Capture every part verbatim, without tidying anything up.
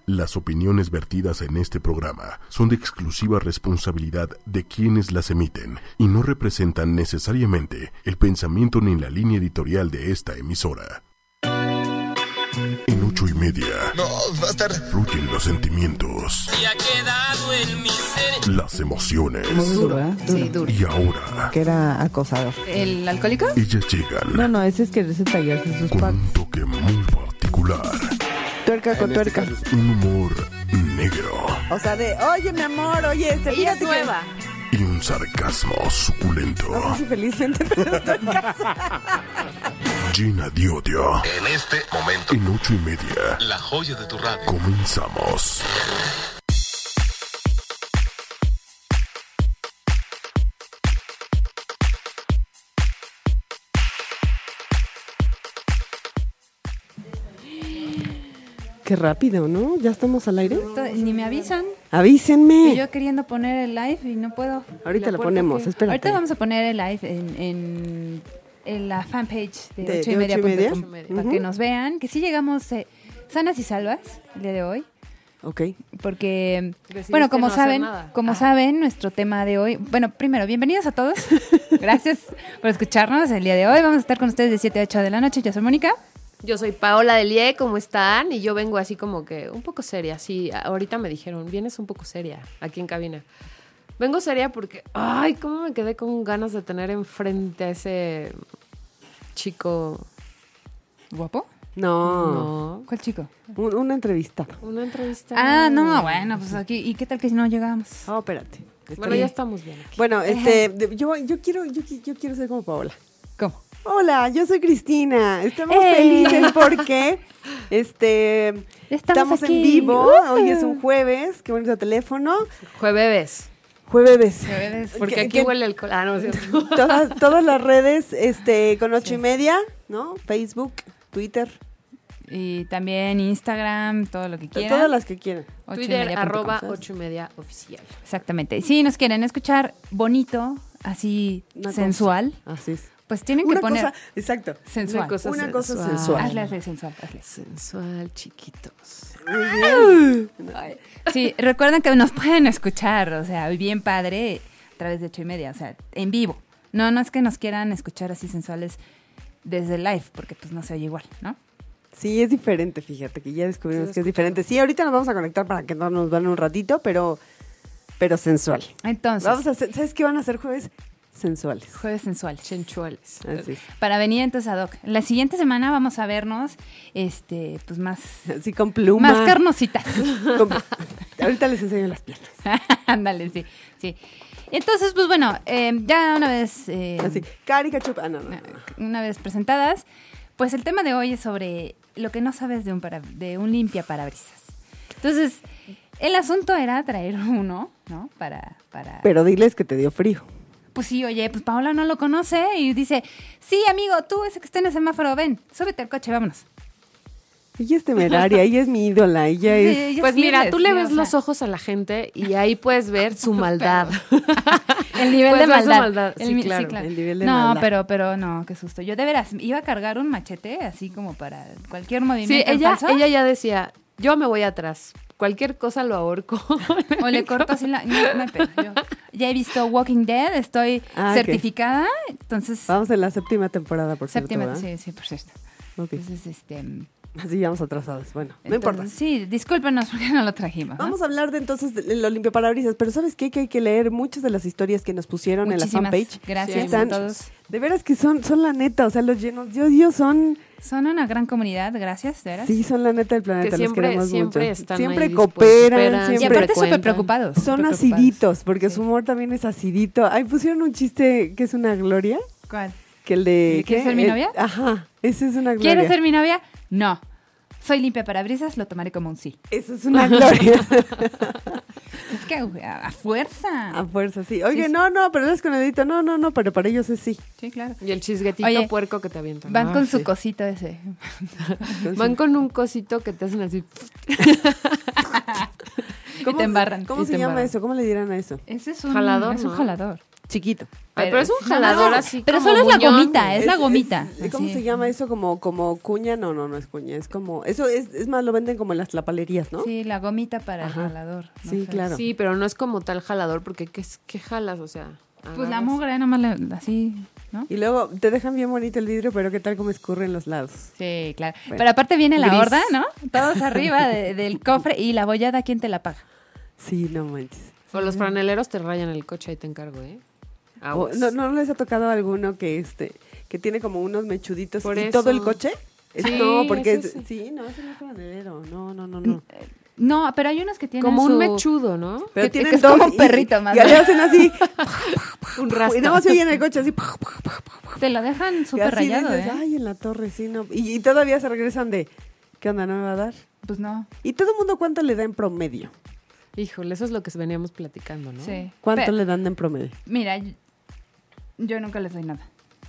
Las opiniones vertidas en este programa son de exclusiva responsabilidad de quienes las emiten y no representan necesariamente el pensamiento ni la línea editorial de esta emisora. En ocho y media. No, va a estar. Fluyen los sentimientos. Y ha quedado en mi ser. Las emociones. Muy duro, ¿eh? Sí, duro. Y ahora. Que era acosador. ¿El alcohólico? Ellas llegan. No, no, ese es quererse tallarse sus con patas. un toque muy particular. Tuerca con tuerca. Un humor negro. O sea, de, oye, mi amor, oye, este, Ella es fíjate que... nueva. Y un sarcasmo suculento. No sé si felizmente, pero estoy casada. Llena de odio. En este momento, En ocho y media. la joya de tu radio. Comenzamos. Qué rápido, ¿no? ¿Ya estamos al aire? To- Ni me avisan. Avísenme. Y yo queriendo poner el live y no puedo. Ahorita La lo puerta ponemos, que- espérate. Ahorita vamos a poner el live en, en, en la fanpage de, De- ocho de y media ocho y media. punto com, Ujú. para que nos vean, que sí llegamos eh, sanas y salvas el día de hoy. Ok. Porque, Decidiste bueno, como no hacer saben, nada. como Ah. saben, nuestro tema de hoy, bueno, primero, bienvenidos a todos. Gracias por escucharnos el día de hoy. Vamos a estar con ustedes de siete a ocho de la noche. Yo soy Mónica. Yo soy Paola Delie, ¿cómo están? Y yo vengo así como que un poco seria. Sí, ahorita me dijeron, vienes un poco seria aquí en cabina. Vengo seria porque, ay, cómo me quedé con ganas de tener enfrente a ese chico. ¿Guapo? No. No, ¿Cuál chico? Un- una entrevista. una entrevista. Ah, no, bueno, pues aquí, ¿y qué tal que si no llegamos? Oh, espérate. Bueno, ya estamos bien aquí. Bueno, este, de- yo, yo quiero, yo, qui- yo quiero ser como Paola. ¿Cómo? Hola, yo soy Cristina. Estamos ¡Ey! felices porque este Estamos estamos en aquí. vivo. ¡Uh! Hoy es un jueves. Qué bonito teléfono. Jueves. Jueves. Porque Que- aquí que huele el alcohol. Ah, no, es cierto. Todas, todas las redes, este, con ocho y media, ¿no? Facebook, Twitter, Y también Instagram, todo lo que quieran. todas las que quieran. ocho y Twitter, media punto com. arroba ocho y media oficial. Exactamente. Si nos quieren escuchar bonito, así Una sensual, cosa. Así es. pues tienen que Una poner cosa, exacto. sensual. Una cosa Una cosa sensual. sensual. Hazle, hazle sensual, hazle. Sensual, chiquitos. Muy bien. Sí, recuerden que nos pueden escuchar, o sea, bien padre, a través de ocho y media, o sea, en vivo. No, no es que nos quieran escuchar así sensuales desde el live, porque pues no se oye igual, ¿no? Sí, es diferente, fíjate que ya descubrimos Sí, que es diferente. Sí, ahorita nos vamos a conectar para que no nos van un ratito, pero, pero sensual. Entonces, Vamos a hacer, ¿sabes qué van a hacer jueves? Sensuales. jueves sensuales. Sensuales. Así es. Para venir entonces a Doc. La siguiente semana vamos a vernos, este, pues más, Así con pluma. más carnositas. Con- ahorita les enseño las piernas. Ándale, sí, sí. Entonces, pues bueno, eh, ya una vez, eh, Así, carica chupa. Ah, no, no, no. una vez presentadas, pues el tema de hoy es sobre lo que no sabes de un para, de un limpia parabrisas. Entonces, el asunto era traer uno, ¿no? Para, para. Pero diles que te dio frío. Pues sí, oye, pues Paola no lo conoce y dice, sí, amigo, tú ese que está en el semáforo, ven, súbete al coche, vámonos. Ella es temeraria, ella es mi ídola, ella Sí, es... ella Pues sí mira, eres, tú le sí, ves o sea, los ojos a la gente y ahí puedes ver su maldad. el nivel Puedes de ver su maldad. maldad, El sí, mi- claro, el nivel de no, maldad. pero, pero no, qué susto. Yo de veras iba a cargar un machete así como para cualquier Sí, movimiento en ella, falso, ella ya decía, yo me voy atrás. Cualquier cosa lo ahorco. o le corto así la... No, no hay pedo, yo ya he visto Walking Dead, estoy Ah, ok. certificada, entonces... Vamos en la séptima temporada, por séptima, cierto, ¿verdad? sí, sí, por cierto. Ok. Entonces, este... Así vamos atrasados. Bueno, no entonces, importa. Sí, discúlpenos porque no lo trajimos, ¿no? Vamos a hablar de entonces de lo limpio parabrisas, pero ¿sabes qué? Que hay que leer muchas de las historias que nos pusieron Muchísimas en la fanpage. gracias Están- a todos. De veras que son, son la neta, o sea, los llenos de odio son, Son una gran comunidad, gracias, de veras. sí, son la neta del planeta, Que siempre- los queremos siempre mucho. están siempre ahí cooperan, dispuestos, y esperan, siempre aparte súper cuentan. preocupados. son súper preocupados. aciditos, porque Sí. su humor también es acidito. Ahí pusieron un chiste que es una gloria, ¿Cuál? que el de... ¿Quieres ¿qué? ser mi El- novia? Ajá, ese es una gloria. ¿Quieres ser mi novia? No. Soy limpia parabrisas, lo tomaré como un sí. Eso es una gloria. Es que a, a fuerza. A fuerza, sí. Oye, Sí, sí. no, no, pero es con el dedito. No, no, no, pero para ellos es sí. Sí, claro. Y el chisguetito Oye, puerco que te avientan. Van Ah, con sí. su cosito ese. Van con un cosito que te hacen así. Y te embarran. ¿Cómo Y se te llama embarran. eso? ¿Cómo le dirán a eso? Ese es un Jalador, Es un ¿no? jalador. Chiquito. Ay, pero es un no, jalador no, así Pero como solo es la muñón. gomita, es, la gomita. es- ¿Cómo así. se llama eso? Como, como cuña, no, no, no es cuña, es como, eso es, es más, lo venden como en las tlapalerías, ¿no? Sí, la gomita para Ajá. el jalador. ¿no? Sí, O sea, claro. Sí, pero no es como tal jalador, porque ¿qué, qué jalas? O sea, Pues la agarras. mugre nomás le- así, ¿no? Y luego te dejan bien bonito el vidrio, pero ¿qué tal como escurre en los lados? Sí, claro. Bueno. Pero aparte viene la Gris. horda, ¿no? Todos arriba de- del cofre y la bollada, ¿quién te la paga? Sí, no manches. O los franeleros te rayan el coche, ahí te encargo, ¿eh? O, Aguas. no, ¿No les ha tocado alguno que este que tiene como unos mechuditos Por y eso. todo el coche? Es- Sí, no, porque es es, ese. sí, no, ese no es franelero. No, no, no, no. No, pero hay unos que tienen Como su... un mechudo, ¿no? Pero que- tienen que es dos como un y- perrito más Y ahí bien. hacen así. Un Y rastro. nada más se oye en el coche así. Te lo dejan Y súper así rayado, dices, ¿eh? ay, en la torre, sí, no. Y, y todavía se regresan de, ¿qué onda, no me va a dar? Pues no, ¿Y todo el mundo cuánto le da en promedio? Híjole, eso es lo que veníamos platicando, ¿no? sí. ¿Cuánto Pe- le dan en promedio? Mira, yo, yo nunca les doy nada.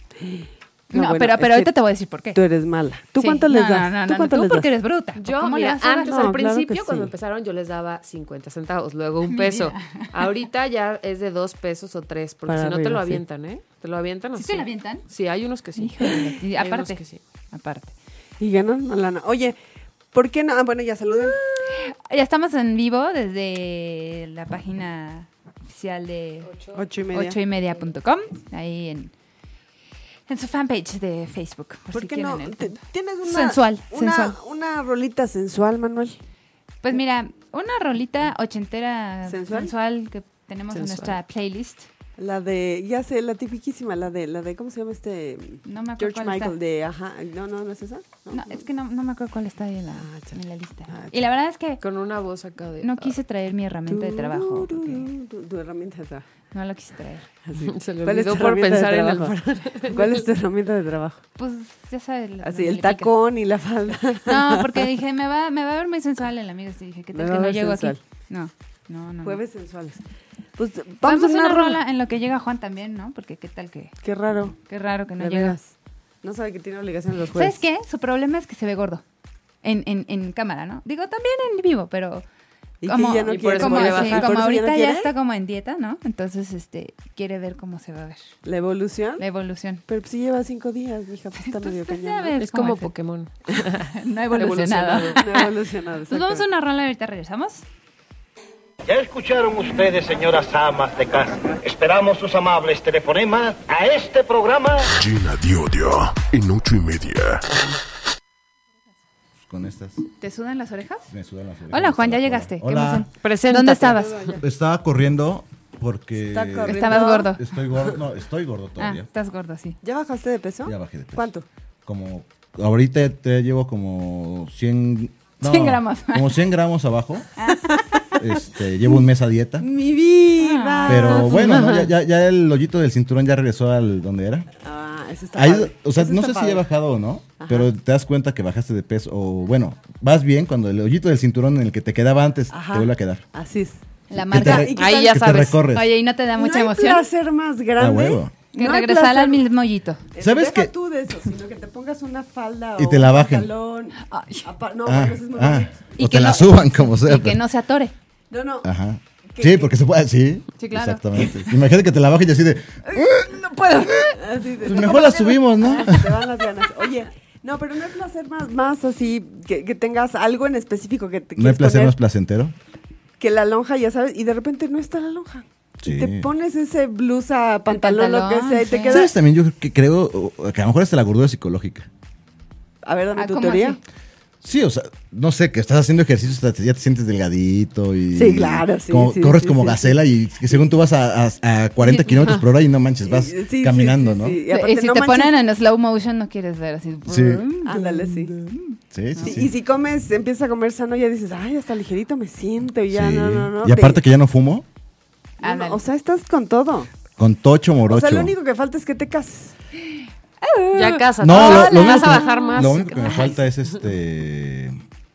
No, No, bueno, pero, es pero que ahorita te voy a decir por qué. Tú eres mala. ¿Tú Sí. cuánto les No, das? No, no, ¿Tú no, cuánto tú les porque das? eres bruta. Yo, ¿Cómo le mira, vas a dar? antes No, al claro que principio, cuando sí. empezaron, yo les daba cincuenta centavos, luego un Mi peso. vida. Ahorita ya es de dos pesos o tres, porque Para si no te arriba, lo sí. avientan, ¿eh? Te lo avientan ¿Sí así. te la avientan? Sí, hay unos que sí. Híjole, y Hay aparte, unos que sí. aparte. Y ganan una lana. Oye, ¿por qué no? Ah, bueno, ya saluden. Ya estamos en vivo desde la página oficial de Ocho y media. ocho y media punto com, ahí en, en su fanpage de Facebook. Por, ¿Por si qué quieren no? el Te- punto. ¿Tienes una, Sensual, una, sensual. una rolita sensual, Manuel? Pues mira, una rolita ochentera ¿Sensual? sensual, que tenemos en Sensual. nuestra playlist. La de, ya sé, la tipiquísima, la de, la de, ¿cómo se llama este? No me acuerdo George cuál Michael, está. de, ajá, no, no, no es esa. No, es que no, no me acuerdo cuál está ahí en la, Ah, chale. en la lista. Ah, y la verdad es que Con una voz acá de... no quise traer mi herramienta de trabajo. Tu, porque tu, tu, tu herramienta de trabajo. no lo quise traer. Así. Se le ¿Cuál es olvidó tu por herramienta de pensar en el... trabajo? ¿Cuál es tu herramienta de trabajo? Pues ya sabes. la- Así, la el maripica. tacón y la falda. No, porque dije, me va, me va a ver muy sensual el amigo. Y dije, ¿qué Me tal va que a no ver llego sensual. aquí? No, no, no. no. Jueves sensuales. Pues vamos, Vamos a a una, una rola. rola en lo que llega Juan también, ¿no? Porque qué tal que... Qué raro. Qué raro que no de llega. veras. No sabe que tiene obligaciones los jueves. ¿Sabes qué? Su problema es que se ve gordo. En, en, en cámara, ¿no? Digo, también en vivo, pero... Y que como, ya no y por quiere eso como, quiere volver a sí, bajar. bajar. como ¿Por eso ya no ahorita ya, quiere? está como en dieta, ¿no? Entonces, este, quiere ver cómo se va a ver ¿La evolución? la evolución. Pero pues, si lleva cinco días, mija, pues está Pues, medio pues, cañón. ya ¿no? ves Es cómo como es. Pokémon. No ha evolucionado. Evolucionado. No ha evolucionado. Pues vamos a una rola y ahorita regresamos. Ya escucharon ustedes, señoras amas de casa. Esperamos sus amables telefonemas a este programa. Llena de odio en ocho y media. Con estas ¿Te sudan las orejas? me sudan las orejas. Hola, Juan, ya Hasta la llegaste. cola. ¿Qué Hola. emoción. Preséntate. ¿Dónde estabas? Estaba corriendo porque Está corriendo. Estabas gordo. estoy gordo. No, estoy gordo Ah, todavía. estás gordo, sí. ¿Ya bajaste de peso? Ya bajé de peso. ¿Cuánto? Como ahorita te llevo como cien no, cien gramos. Como cien gramos abajo. Este, llevo un mes a dieta. ¡Mi vida! Pero bueno, ¿no? ya, ya, ya el hoyito del cinturón ya regresó al donde era. Ah, eso está Ahí, padre. o sea, Eso no está sé si padre. he bajado o no, Ajá. pero te das cuenta que bajaste de peso. O bueno, vas bien cuando el hoyito del cinturón en el que te quedaba antes Ajá. te vuelve a quedar. Así es. La Que te marca. re- ¿Y qué Ahí tal? ya que te sabes. recorres. Oye, ¿y no te da mucha no hay emoción? placer más grande. A huevo. Que No hay regresar placer- al mismo hoyito. Eh, ¿Sabes deja qué? tú de eso, sino que te pongas una falda Y o te la un bajen. pantalón. Ay. Apa- no, Ah, bueno, eso es muy ah, bonito. Y o que te la no- suban como sea. Y que pero- no se atore. No, no. Ajá. Que- Sí, que- porque se puede, sí. Sí, claro. Exactamente. Imagínate que te la bajes y así de, No puedo. Así de- pues mejor la subimos, ¿no? Ah, se te van las ganas. Oye, no, pero no hay placer más, más así, que, que tengas algo en específico que te No hay quieres placer poner, más placentero. que la lonja, ya sabes, y de repente no está la lonja. Sí. Y te pones ese blusa, pantalón, lo que pantalón, sea, y te sí. queda... ¿Sabes también? Yo que creo o- que a lo mejor es la gordura psicológica. A ver, dame Ah, tu ¿cómo teoría. así? Sí, o sea, no sé, que estás haciendo ejercicio, hasta te- ya te sientes delgadito y... Sí, claro, sí, como- sí, corres sí, como sí, gacela y que según tú vas a, a, a cuarenta kilómetros por hora y no manches, vas Sí, sí, caminando, sí, ¿no? sí, Sí, Y, aparte, Y si no te manches- ponen en slow motion, no quieres ver así. Sí. Ándale, sí. sí, Sí, sí. Y si comes, empiezas a comer sano, ya dices, ay, hasta ligerito me siento, y ya, Sí. no, no, no. Y aparte te- que ya no fumo, no, no, Ándale. o sea, estás con todo. con tocho morocho. O sea, lo único que falta es que te cases. Ya casa. No, lo, lo vas único, a que- bajar más. lo único que me falta es este...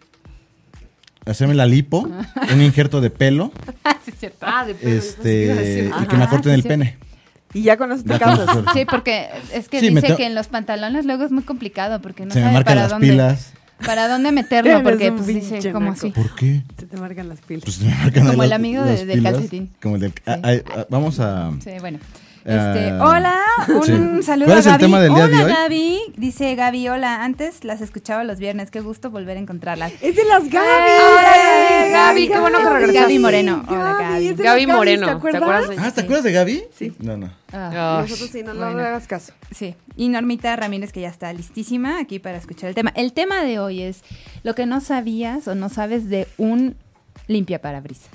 Hacerme la lipo, un injerto de pelo, Sí, es cierto. Ah, de pelo, yo pensé que iba a este, decir- y que me Ajá, corten sí, el sí. pene. Y ya con eso te Ya con casas. eso. Sí, porque es que Sí, me dice tengo- que en los pantalones luego es muy complicado porque no Se me sabe marcan para las dónde pilas. para dónde meterlo Eres porque un pues pinche dice como naco. así. ¿Por qué? Se te marcan las pilas. Pues se me marcan Como ahí el las- amigo de- las del pilas, calcetín. Como el del... Sí. ah, ah, ah, vamos a... Sí, bueno. Este, Ah, hola, un sí. saludo ¿Cuál a es el Gaby. tema del día hola, de hoy? Gaby. Dice Gaby, hola. Antes las escuchaba los viernes. Qué gusto volver a encontrarlas. Es de las Gaby. Ay, Gaby, qué bueno que regresaste. Gaby Moreno. Hola, Gaby. es de Gaby las Gabys, Moreno, ¿te ¿te acuerdas? acuerdas de Ah, ¿te acuerdas de Gaby? Sí. No, no. Ah, Ay, Nosotros sí, no, no bueno. le hagas caso. sí. Y Normita Ramírez, que ya está listísima aquí para escuchar el tema. El tema de hoy es lo que no sabías o no sabes de un limpiaparabrisas.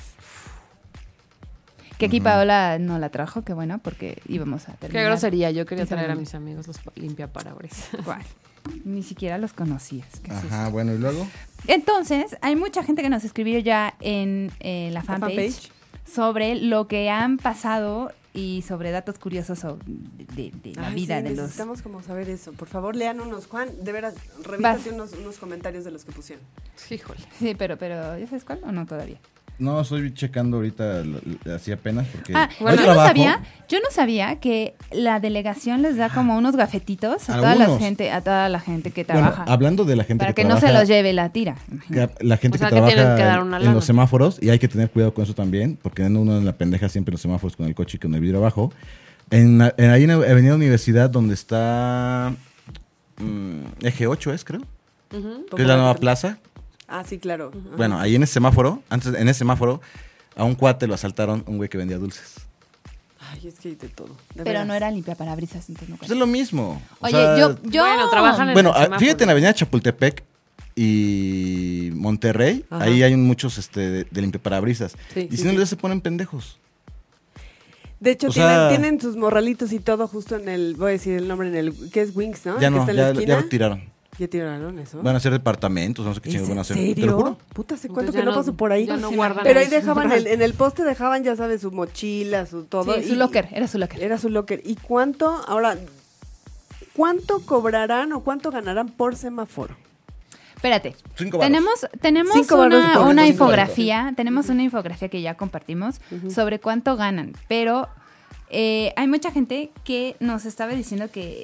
Que aquí Paola no la trajo, que bueno, porque íbamos a qué terminar. grosería. Yo quería traer a Sinceramente. mis amigos los pa- limpiaparabrisas. ¿Cuál? Ni siquiera los conocías. ¿Qué es Ajá, esto? bueno, ¿y luego? Entonces, hay mucha gente que nos escribió ya en eh, la, fanpage fanpage. sobre lo que han pasado y sobre datos curiosos so- de, de la Ay, vida sí, de los... necesitamos como saber eso. Por favor, lean unos, Juan, de veras, revísate unos, unos comentarios de los que pusieron. Híjole. Sí, pero, pero ¿ya sabes cuál o no todavía? No, estoy checando ahorita lo- lo- así apenas porque Ah, hoy yo no trabajo. sabía, yo no sabía que la delegación les da como unos gafetitos a toda la Algunos. gente, a toda la gente que Bueno, trabaja. hablando de la gente para que, que, no se trabaja, los lleve la tira. que la gente O sea, que que tienen trabaja que dar una en lana. los semáforos, y hay que tener cuidado con eso también, porque anda uno en la pendeja siempre en los semáforos con el coche y con el vidrio abajo. En, en ahí en Avenida Universidad, donde está mm, Eje ocho es, creo, que es la nueva plaza. Ah, sí, claro. Ajá. Bueno, ahí en ese semáforo, antes en ese semáforo, a un cuate lo asaltaron un güey que vendía dulces. Ay, es que hay de todo. de Pero veras. no era limpiaparabrisas, entonces no Pues cuenta. es lo mismo. O Oye, sea, yo, yo... Bueno, trabajan en Bueno, el ah, semáforo. fíjate en Avenida Chapultepec y Monterrey, Ajá. ahí hay muchos este, de, de limpiaparabrisas. Sí, y sí, si no, sí. ya se ponen pendejos. De hecho, O tienen, sea- tienen sus morralitos y todo justo en el, voy a decir el nombre, en el, ¿qué es Wings, no? Ya El que no, está en ya, la ya esquina. lo tiraron. Ya tiraron eso. Van a hacer departamentos, no sé qué ¿Es chingados van a en hacer. serio? ¿Te lo juro? Puta, ¿hace cuánto Entonces que ya no no- paso por ahí? ya no Sí, guardan Pero ahí ahí. dejaban, el, en el poste dejaban, ya sabes, su mochila, su todo. Sí, su y- locker, era su locker. Era su locker. ¿Y cuánto, ahora, cuánto cobrarán o cuánto ganarán por semáforo? Espérate. Cinco varos. Tenemos, tenemos Cinco varos una, por una cinco varos. infografía, tenemos una infografía que ya compartimos sobre cuánto ganan, pero eh, hay mucha gente que nos estaba diciendo que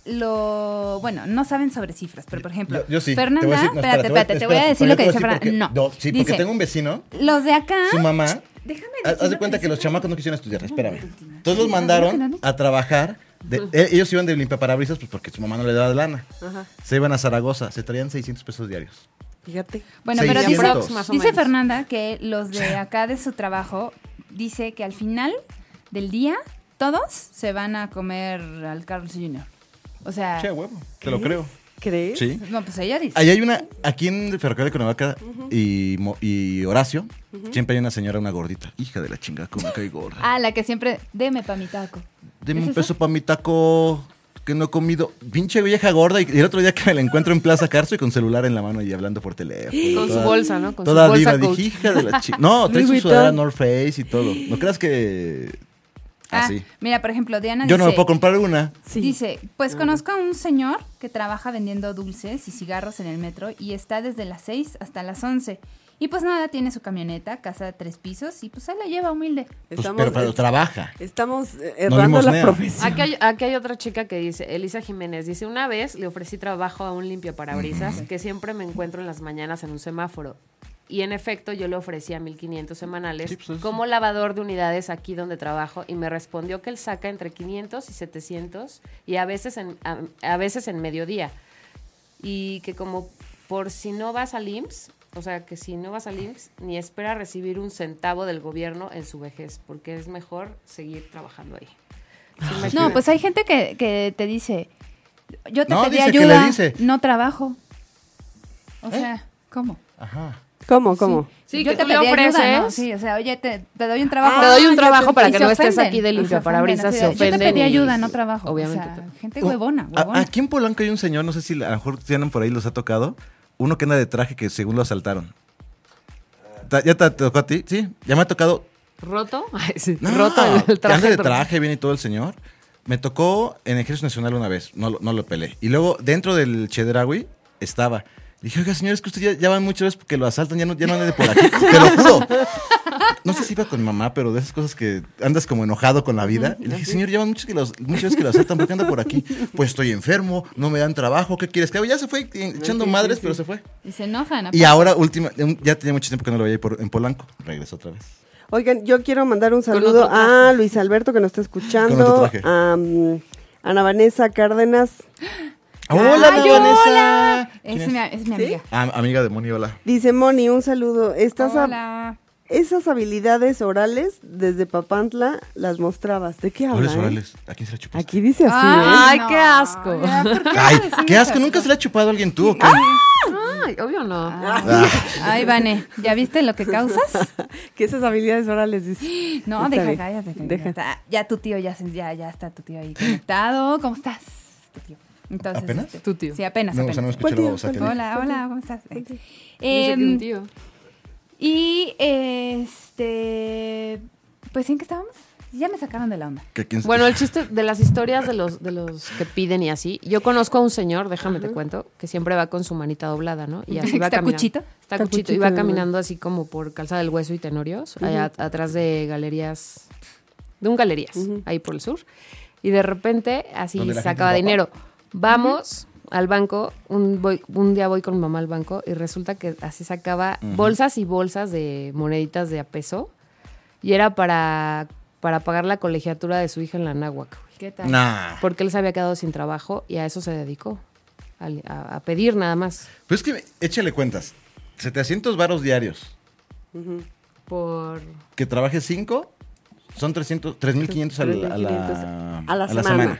lo, bueno, no saben sobre cifras, pero por ejemplo, Yo, yo sí. Fernanda, Te voy a decir- no, espérate, espérate, te voy a espérate, decir pero lo que yo dice te voy a decir Fernanda. No, porque- Sí, porque dice, tengo un vecino, los de acá, su mamá, déjame haz decir haz de lo cuenta que los dice chamacos no quisieron estudiar, espérame. Fernanda. Entonces los Sí, mandaron Fernanda. a trabajar, de- eh, ellos iban de limpiaparabrisas pues porque su mamá no le daba lana. Ajá. Se iban a Zaragoza, se traían seiscientos pesos diarios. Fíjate. Bueno, pero dice, seiscientos. Más o dice menos. Fernanda que los de acá de su trabajo, dice que al final del día todos se van a comer al Carl's junior O sea, Che, huevo, te lo creo. ¿Crees? Sí. no, pues ella dice. Ahí hay una, aquí en el Ferrocarril de Cuernavaca y, Mo- y Horacio, siempre hay una señora, una gordita. Hija de la chingada, como me cae gorda. Ah, la que siempre, deme pa' mi taco. Deme ¿es un esa? peso para mi taco que no he comido. Pinche vieja gorda. Y el otro día que me la encuentro en Plaza Carso y con celular en la mano y hablando por teléfono. Con su toda- bolsa, ¿no? Con su toda bolsa diva. Coach. Dije, hija de la chica. No, trae Louis su Vuitton. sudadera North Face y todo. No creas que... Ah, Así. mira, por ejemplo, Diana Yo no me dice, puedo comprar una. Sí. dice, pues conozco a un señor que trabaja vendiendo dulces y cigarros en el metro y está desde las seis hasta las once. Y pues nada, tiene su camioneta, casa de tres pisos y pues él la lleva humilde. Pues, Estamos, pero, pero eh, trabaja. estamos eh, No errando la limosnea. profesión. Aquí hay, aquí hay otra chica que dice, Elisa Jiménez, dice, una vez le ofrecí trabajo a un limpiaparabrisas que siempre me encuentro en las mañanas en un semáforo. Y en efecto yo le ofrecía mil quinientos semanales Sí, pues, es- como lavador de unidades aquí donde trabajo y me respondió que él saca entre quinientos y setecientos y a veces en, a, a veces en mediodía. Y que como por si no vas al I M S S, o sea que si no vas al I M S S, ni espera recibir un centavo del gobierno en su vejez, porque es mejor seguir trabajando ahí. ¿Se No, imaginan? pues hay gente que, que te dice, yo te No, pedí dice que ayuda, le dice. no trabajo. O ¿Eh? sea, ¿cómo? Ajá. ¿Cómo, cómo? Sí, yo que te tú le pedí ayuda, ofreces. ¿no? Sí, o sea, oye, te, te doy un trabajo. Te doy un Ah, trabajo yo te- para y que se no estés ofenden, aquí de y se limpiaparabrisas, ofenden, se así de, Yo te ofenden pedí y- ayuda, no trabajo. obviamente. O sea, gente huevona, A- huevona. Aquí en Polanco hay un señor, no sé si a lo mejor tienen por ahí, los ha tocado. Uno que anda de traje que según lo asaltaron. Ta- ¿Ya te tocó a ti? Sí, ya me ha tocado. ¿Roto? Ay, sí. No, Roto el, el que traje. anda de traje, viene todo el señor. Me tocó en Ejército Nacional una vez, no, lo- no lo pelé. Y luego dentro del Chedraui estaba. Dije, oiga, señor, es que usted ya, ya van muchas veces porque lo asaltan, ya no, ya no ande de por aquí. Te lo juro. No sé si iba con mi mamá, pero de esas cosas que andas como enojado con la vida. Y le dije, señor, llevan muchas, que los, muchas veces que lo asaltan, ¿por qué anda por aquí? Pues estoy enfermo, no me dan trabajo, ¿qué quieres que haga? Ya se fue eh, echando Sí, sí, madres, sí. pero se fue. Y se enojan. Y aparte. ahora, última, ya tenía mucho tiempo que no lo veía ahí por, en Polanco. Regresó otra vez. Oigan, yo quiero mandar un Con saludo otro traje. a Luis Alberto que nos está Con escuchando, otro traje. a um, Ana Vanessa Cárdenas. ¡Hola, Ay, Vanessa! ¿Quién Es mi, es mi amiga. Ah, amiga de Moni, hola. Dice Moni, un saludo. Estas hab- Hola. esas habilidades orales desde Papantla las mostrabas. ¿De qué habla? Orales, eh? orales. ¿A quién se la chupaste? Aquí dice así, Ay, ¿eh? qué asco. Ya, ¿por qué Ay, decimos qué asco. así? ¿Nunca se la ha chupado a alguien tú o qué? Ay, obvio no. Ah, Ay, Vane, ¿ya viste lo que causas? Que esas habilidades orales dice. No, Está deja, bien. cállate. Deja. Ya, está- ya tu tío, ya, se- ya, ya está tu tío ahí conectado. ¿Cómo estás? Tu tío. Entonces, ¿Apenas? este, Tu tío. Sí, apenas, no, o sea, no apenas. escuché ¿Cuál la tío? voz ¿Cuál satélite. Hola, hola, ¿cómo estás? Yo sé Em, que un tío. y este, pues ¿en qué estábamos? Ya me sacaron de la onda. ¿Que quién se- Bueno, el chiste de las historias de los, de los que piden y así. Yo conozco a un señor, déjame te cuento, que siempre va con su manita doblada, ¿no? Y así va ¿Está caminando. cuchito? Está Está cuchito. Y cuchito, va ¿no? caminando así como por Calzada del Hueso y Tenorios, allá atrás de galerías, de un galerías, ahí por el sur. Y de repente así Donde la gente sacaba es guapa. dinero. Vamos al banco, un, voy- un día voy con mi mamá al banco y resulta que así sacaba bolsas y bolsas de moneditas de a peso y era para, para pagar la colegiatura de su hija en la náhuac, güey. ¿Qué tal? Ah. Nah. Porque él se había quedado sin trabajo y a eso se dedicó, al- a, a pedir nada más. Pues es que échale cuentas. setecientos varos diarios. Por... Que trabajes cinco, son trescientos, tres mil quinientos a la, a tres mil quinientos la, a la semana.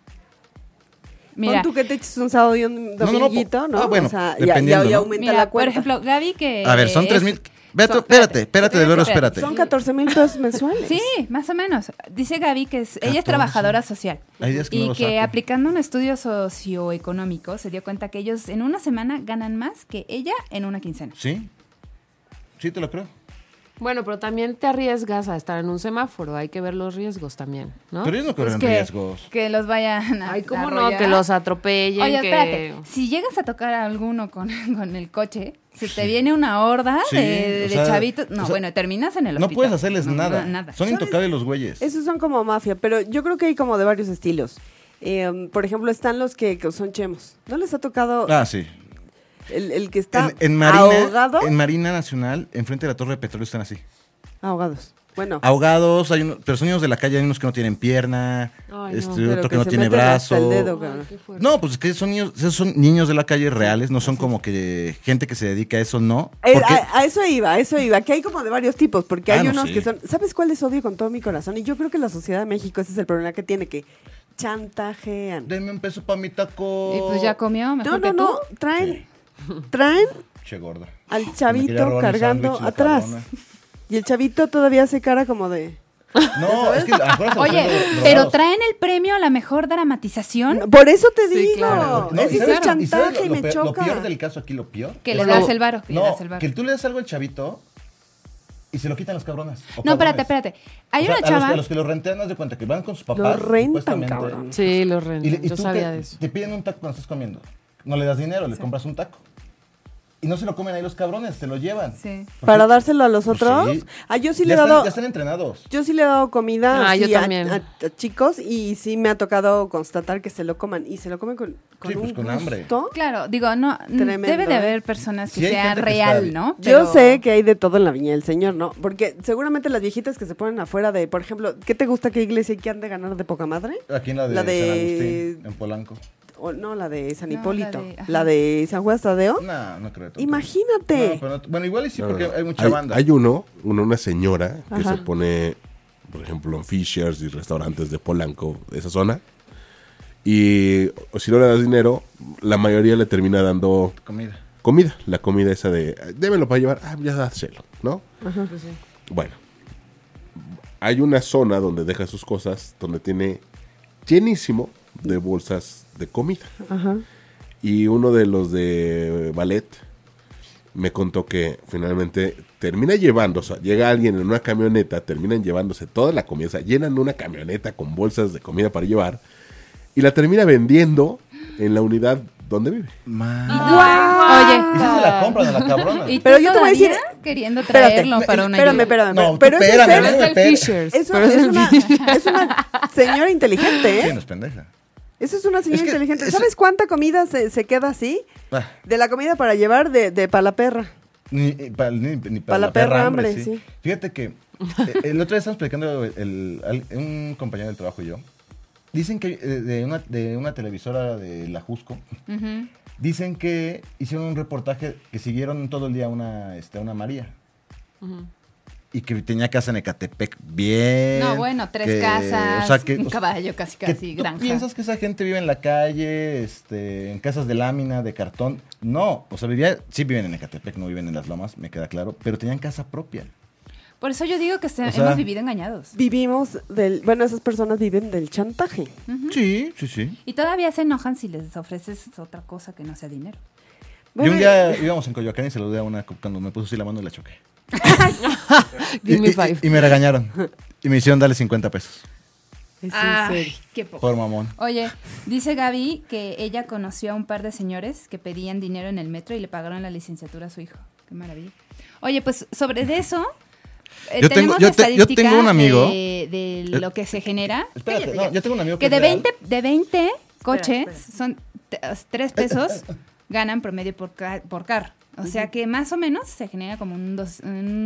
Mira, Pon tú que te eches un sábado y un no, no, dominguito, ¿no? ah, bueno, o sea, ya, dependiendo, ya, ya ¿no? aumenta mira, la por cuenta. ejemplo, Gaby que... A ver, son es- tres mil. Beto, son- espérate, espérate, de veros, espérate. Son catorce mil pesos mensuales. Sí, más o menos. Dice Gaby que es- ella es catorce. trabajadora social Hay días que no y lo que saco. aplicando un estudio socioeconómico se dio cuenta que ellos en una semana ganan más que ella en una quincena. ¿Sí? Sí, te lo creo. Bueno, pero también te arriesgas a estar en un semáforo, hay que ver los riesgos también, ¿no? Pero ellos no corren Pues que, riesgos. que los vayan a Ay, ¿cómo no? arrollar. Que los atropellen, Oye, que... espérate, si llegas a tocar a alguno con, con el coche, se te viene una horda Sí, de, de o sea, chavitos. No, o sea, bueno, terminas en el No hospital. puedes hacerles No, nada. no, nada. Son intocables los güeyes. Esos son como mafia, pero yo creo que hay como de varios estilos. Eh, por ejemplo, están los que, que son chemos. ¿No les ha tocado Ah, sí. el, el que está En, en Marina, ahogado? en Marina Nacional, enfrente de la Torre de Petróleo están así. Ahogados. Bueno, Ahogados, hay unos, pero son niños de la calle, hay unos que no tienen pierna, Ay, no, este, pero otro que, que no se tiene meten hasta brazo. el dedo, Ay, cabrón. qué fuerte. No, pues es que son niños, esos son niños de la calle reales, no son como que gente que se dedica a eso, no. Eh, Porque- a, a eso iba, a eso iba, que hay como de varios tipos, porque Ah, hay no, unos sí. que son, ¿sabes cuáles odio con todo mi corazón? Y yo creo que la sociedad de México ese es el problema que tiene, que chantajean. Deme un peso para mi taco. Y pues ya comió, mejor No, no, que tú. no, traen, traen Che gorda. al Me quería chavito robar mi cargando sándwich, la atrás. cabrona. Y el chavito todavía hace cara como de... No, es que a lo mejor se los Oye, traen drogados. pero traen el premio a la mejor dramatización Por eso te Sí, digo, claro. No, ese ¿y es sabes- el y sabes chantaje y lo, me peor, choca. Lo peor del caso aquí, lo peor. que es le Pero- das el varo. Que le No, das el varo. que tú le das algo al chavito y se lo quitan las cabronas. o No, espérate, cabrones. espérate. Hay O sea, una a los, chava. a los que lo rentean, haz de cuenta que van con sus papás. Lo rentan, supuestamente, cabrón. Sí, los Y, rentan. le- y Yo tú sabía te, de eso. te piden un taco cuando estás comiendo. No le das dinero, le compras un taco. Y no se lo comen ahí los cabrones, se lo llevan. Sí. Porque- ¿Para dárselo a los Pues otros? sí. Ah, yo sí Ya le he están- dado... Ya están entrenados. Yo sí le he dado comida Ah, así yo a- también. A, a chicos y sí me ha tocado constatar que se lo coman. Y se lo comen con, con Sí, pues, un con hambre. gusto. Claro, digo, no, Tremendo, debe de ¿eh? haber personas que Sí, hay sean gente que real, está- ¿no? Yo Pero- sé que hay de todo en la viña del señor, ¿no? Porque seguramente las viejitas que se ponen afuera de, por ejemplo, ¿qué te gusta que iglesia y que han de ganar de poca madre? Aquí en la de, La de- San Agustín, en Polanco. O no, la de San No, la Hipólito. de- ajá. La de San Juan Tadeo. No, no creo. tanto. Imagínate. No, pero no- bueno, igual y sí, No, porque no. hay mucha hay, banda. hay uno, uno, una señora que Ajá. se pone, por ejemplo, en Fishers y restaurantes de Polanco, de esa zona. Y o si no le das dinero, la mayoría le termina dando Comida. comida. La comida esa de, démelo para llevar, ah, ya dáselo, ¿no? Bueno, hay una zona donde deja sus cosas, donde tiene llenísimo de bolsas de comida. Ajá. Y uno de los de ballet me contó que finalmente termina llevando, o sea, llega alguien en una camioneta, terminan llevándose toda la comida, o sea, llenan una camioneta con bolsas de comida para llevar y la termina vendiendo en la unidad donde vive. Man. Oye. Y si se la compran a la cabrona. ¿Y Pero tú yo te voy a decir- todavía queriendo Espérate, traerlo para una espérame, ayuda? espérame, No, espérame. Pero tú eso espérame, es, no ser- me el pe- Fishers. eso pero es el una, Fishers. es una señora inteligente, Sí, ¿eh? no es pendeja. Eso es una señora Es que inteligente. es- ¿Sabes cuánta comida se, se queda así? Ah, De la comida para llevar de, de pa' la perra. ni, ni para ni, ni Pa' para la la perra perra hambre, hambre, sí. sí. Fíjate que Eh, El otro día estamos platicando el, el- el- un compañero del trabajo y yo. Dicen que eh, de una, de una televisora de la Jusco, Ujú. dicen que hicieron un reportaje que siguieron todo el día una, este, una María. Y que tenía casa en Ecatepec bien. No, bueno, tres que- casas, o sea, que, un o sea, caballo casi, que casi, tú granja. piensas que esa gente vive en la calle, este, en casas de lámina, de cartón. No, o sea, vivía, sí viven en Ecatepec, no viven en las lomas, me queda claro, pero tenían casa propia. Por eso yo digo que se- O sea- hemos vivido engañados. Vivimos del... Bueno, esas personas viven del chantaje. Sí, sí, sí. Y todavía se enojan si les ofreces otra cosa que no sea dinero. y Bueno, un día íbamos en Coyoacán y saludé a una cuando me puso así la mano y la choqué. y, Give me y- five. y me regañaron. Y me hicieron darle cincuenta pesos. Es en Ay, serio. qué poco. Por mamón. Oye, dice Gaby que ella conoció a un par de señores que pedían dinero en el metro y le pagaron la licenciatura a su hijo. Qué maravilla. Oye, pues sobre de eso, eh, Yo tengo- tenemos yo la te- yo estadística tengo un amigo- de, de lo que se genera. Espérate, Cállate no, ya. yo tengo un amigo que, Que de es real. veinte, de veinte coches espera. son t- tres pesos ganan promedio por, ca- por carro. O sea que más o menos se genera como un, dos,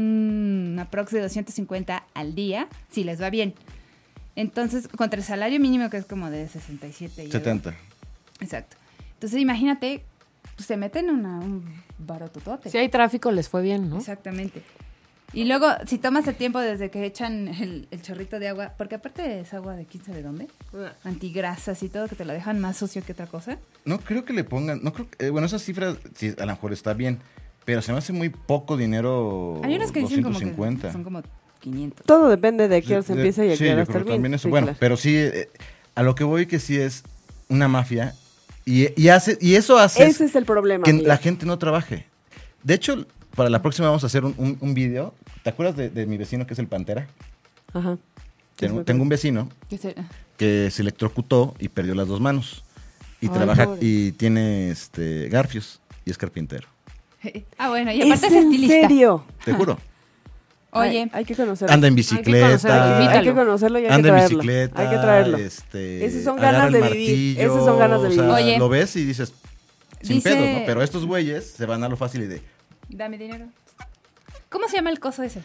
un aprox de doscientos cincuenta al día, si les va bien. Entonces, contra el salario mínimo que es como de sesenta y siete. y algo. setenta. Exacto. Entonces, imagínate, pues, se meten una, un barototote. Si hay tráfico, les fue bien, ¿no? Exactamente. Y luego, si tomas el tiempo desde que echan el, el chorrito de agua, porque aparte es agua de quién sabe dónde, antigrasas y todo, que te lo dejan más sucio que otra cosa. No creo que le pongan, no creo que, eh, bueno, esas cifras sí, a lo mejor está bien, pero se me hace muy poco dinero. Hay unos que dicen como doscientos cincuenta. que son como quinientos. Todo depende de qué hora se De- empieza y a sí, qué yo hora creo que termina. también eso, Sí, bueno, claro. pero sí, eh, a lo que voy que sí es una mafia y, y hace y eso hace Ese es el problema. que amigo. la gente no trabaje. De hecho, para la próxima vamos a hacer un, un, un video. ¿Te acuerdas de, de mi vecino que es el Pantera? Ajá. Tengo, me tengo un vecino ¿Qué se- que se electrocutó y perdió las dos manos. Y Ay, trabaja pobre. y tiene este garfios y es carpintero. Ah, bueno, y aparte ¿Es es, en estilista. serio? Te juro. Oye, Hay, hay que conocerlo. Anda en conocerlo, bicicleta. invítalo. Hay que conocerlo y hay Anda que en traerlo. bicicleta. Hay que traerlo. Este, Esas son agarra ganas el de vivir. martillo, Esas son ganas de o sea, vivir. Oye. lo ves y dices, sin Dice- pedos, ¿no? Pero estos güeyes se van a lo fácil y de... dame dinero. ¿Cómo se llama el coso ese?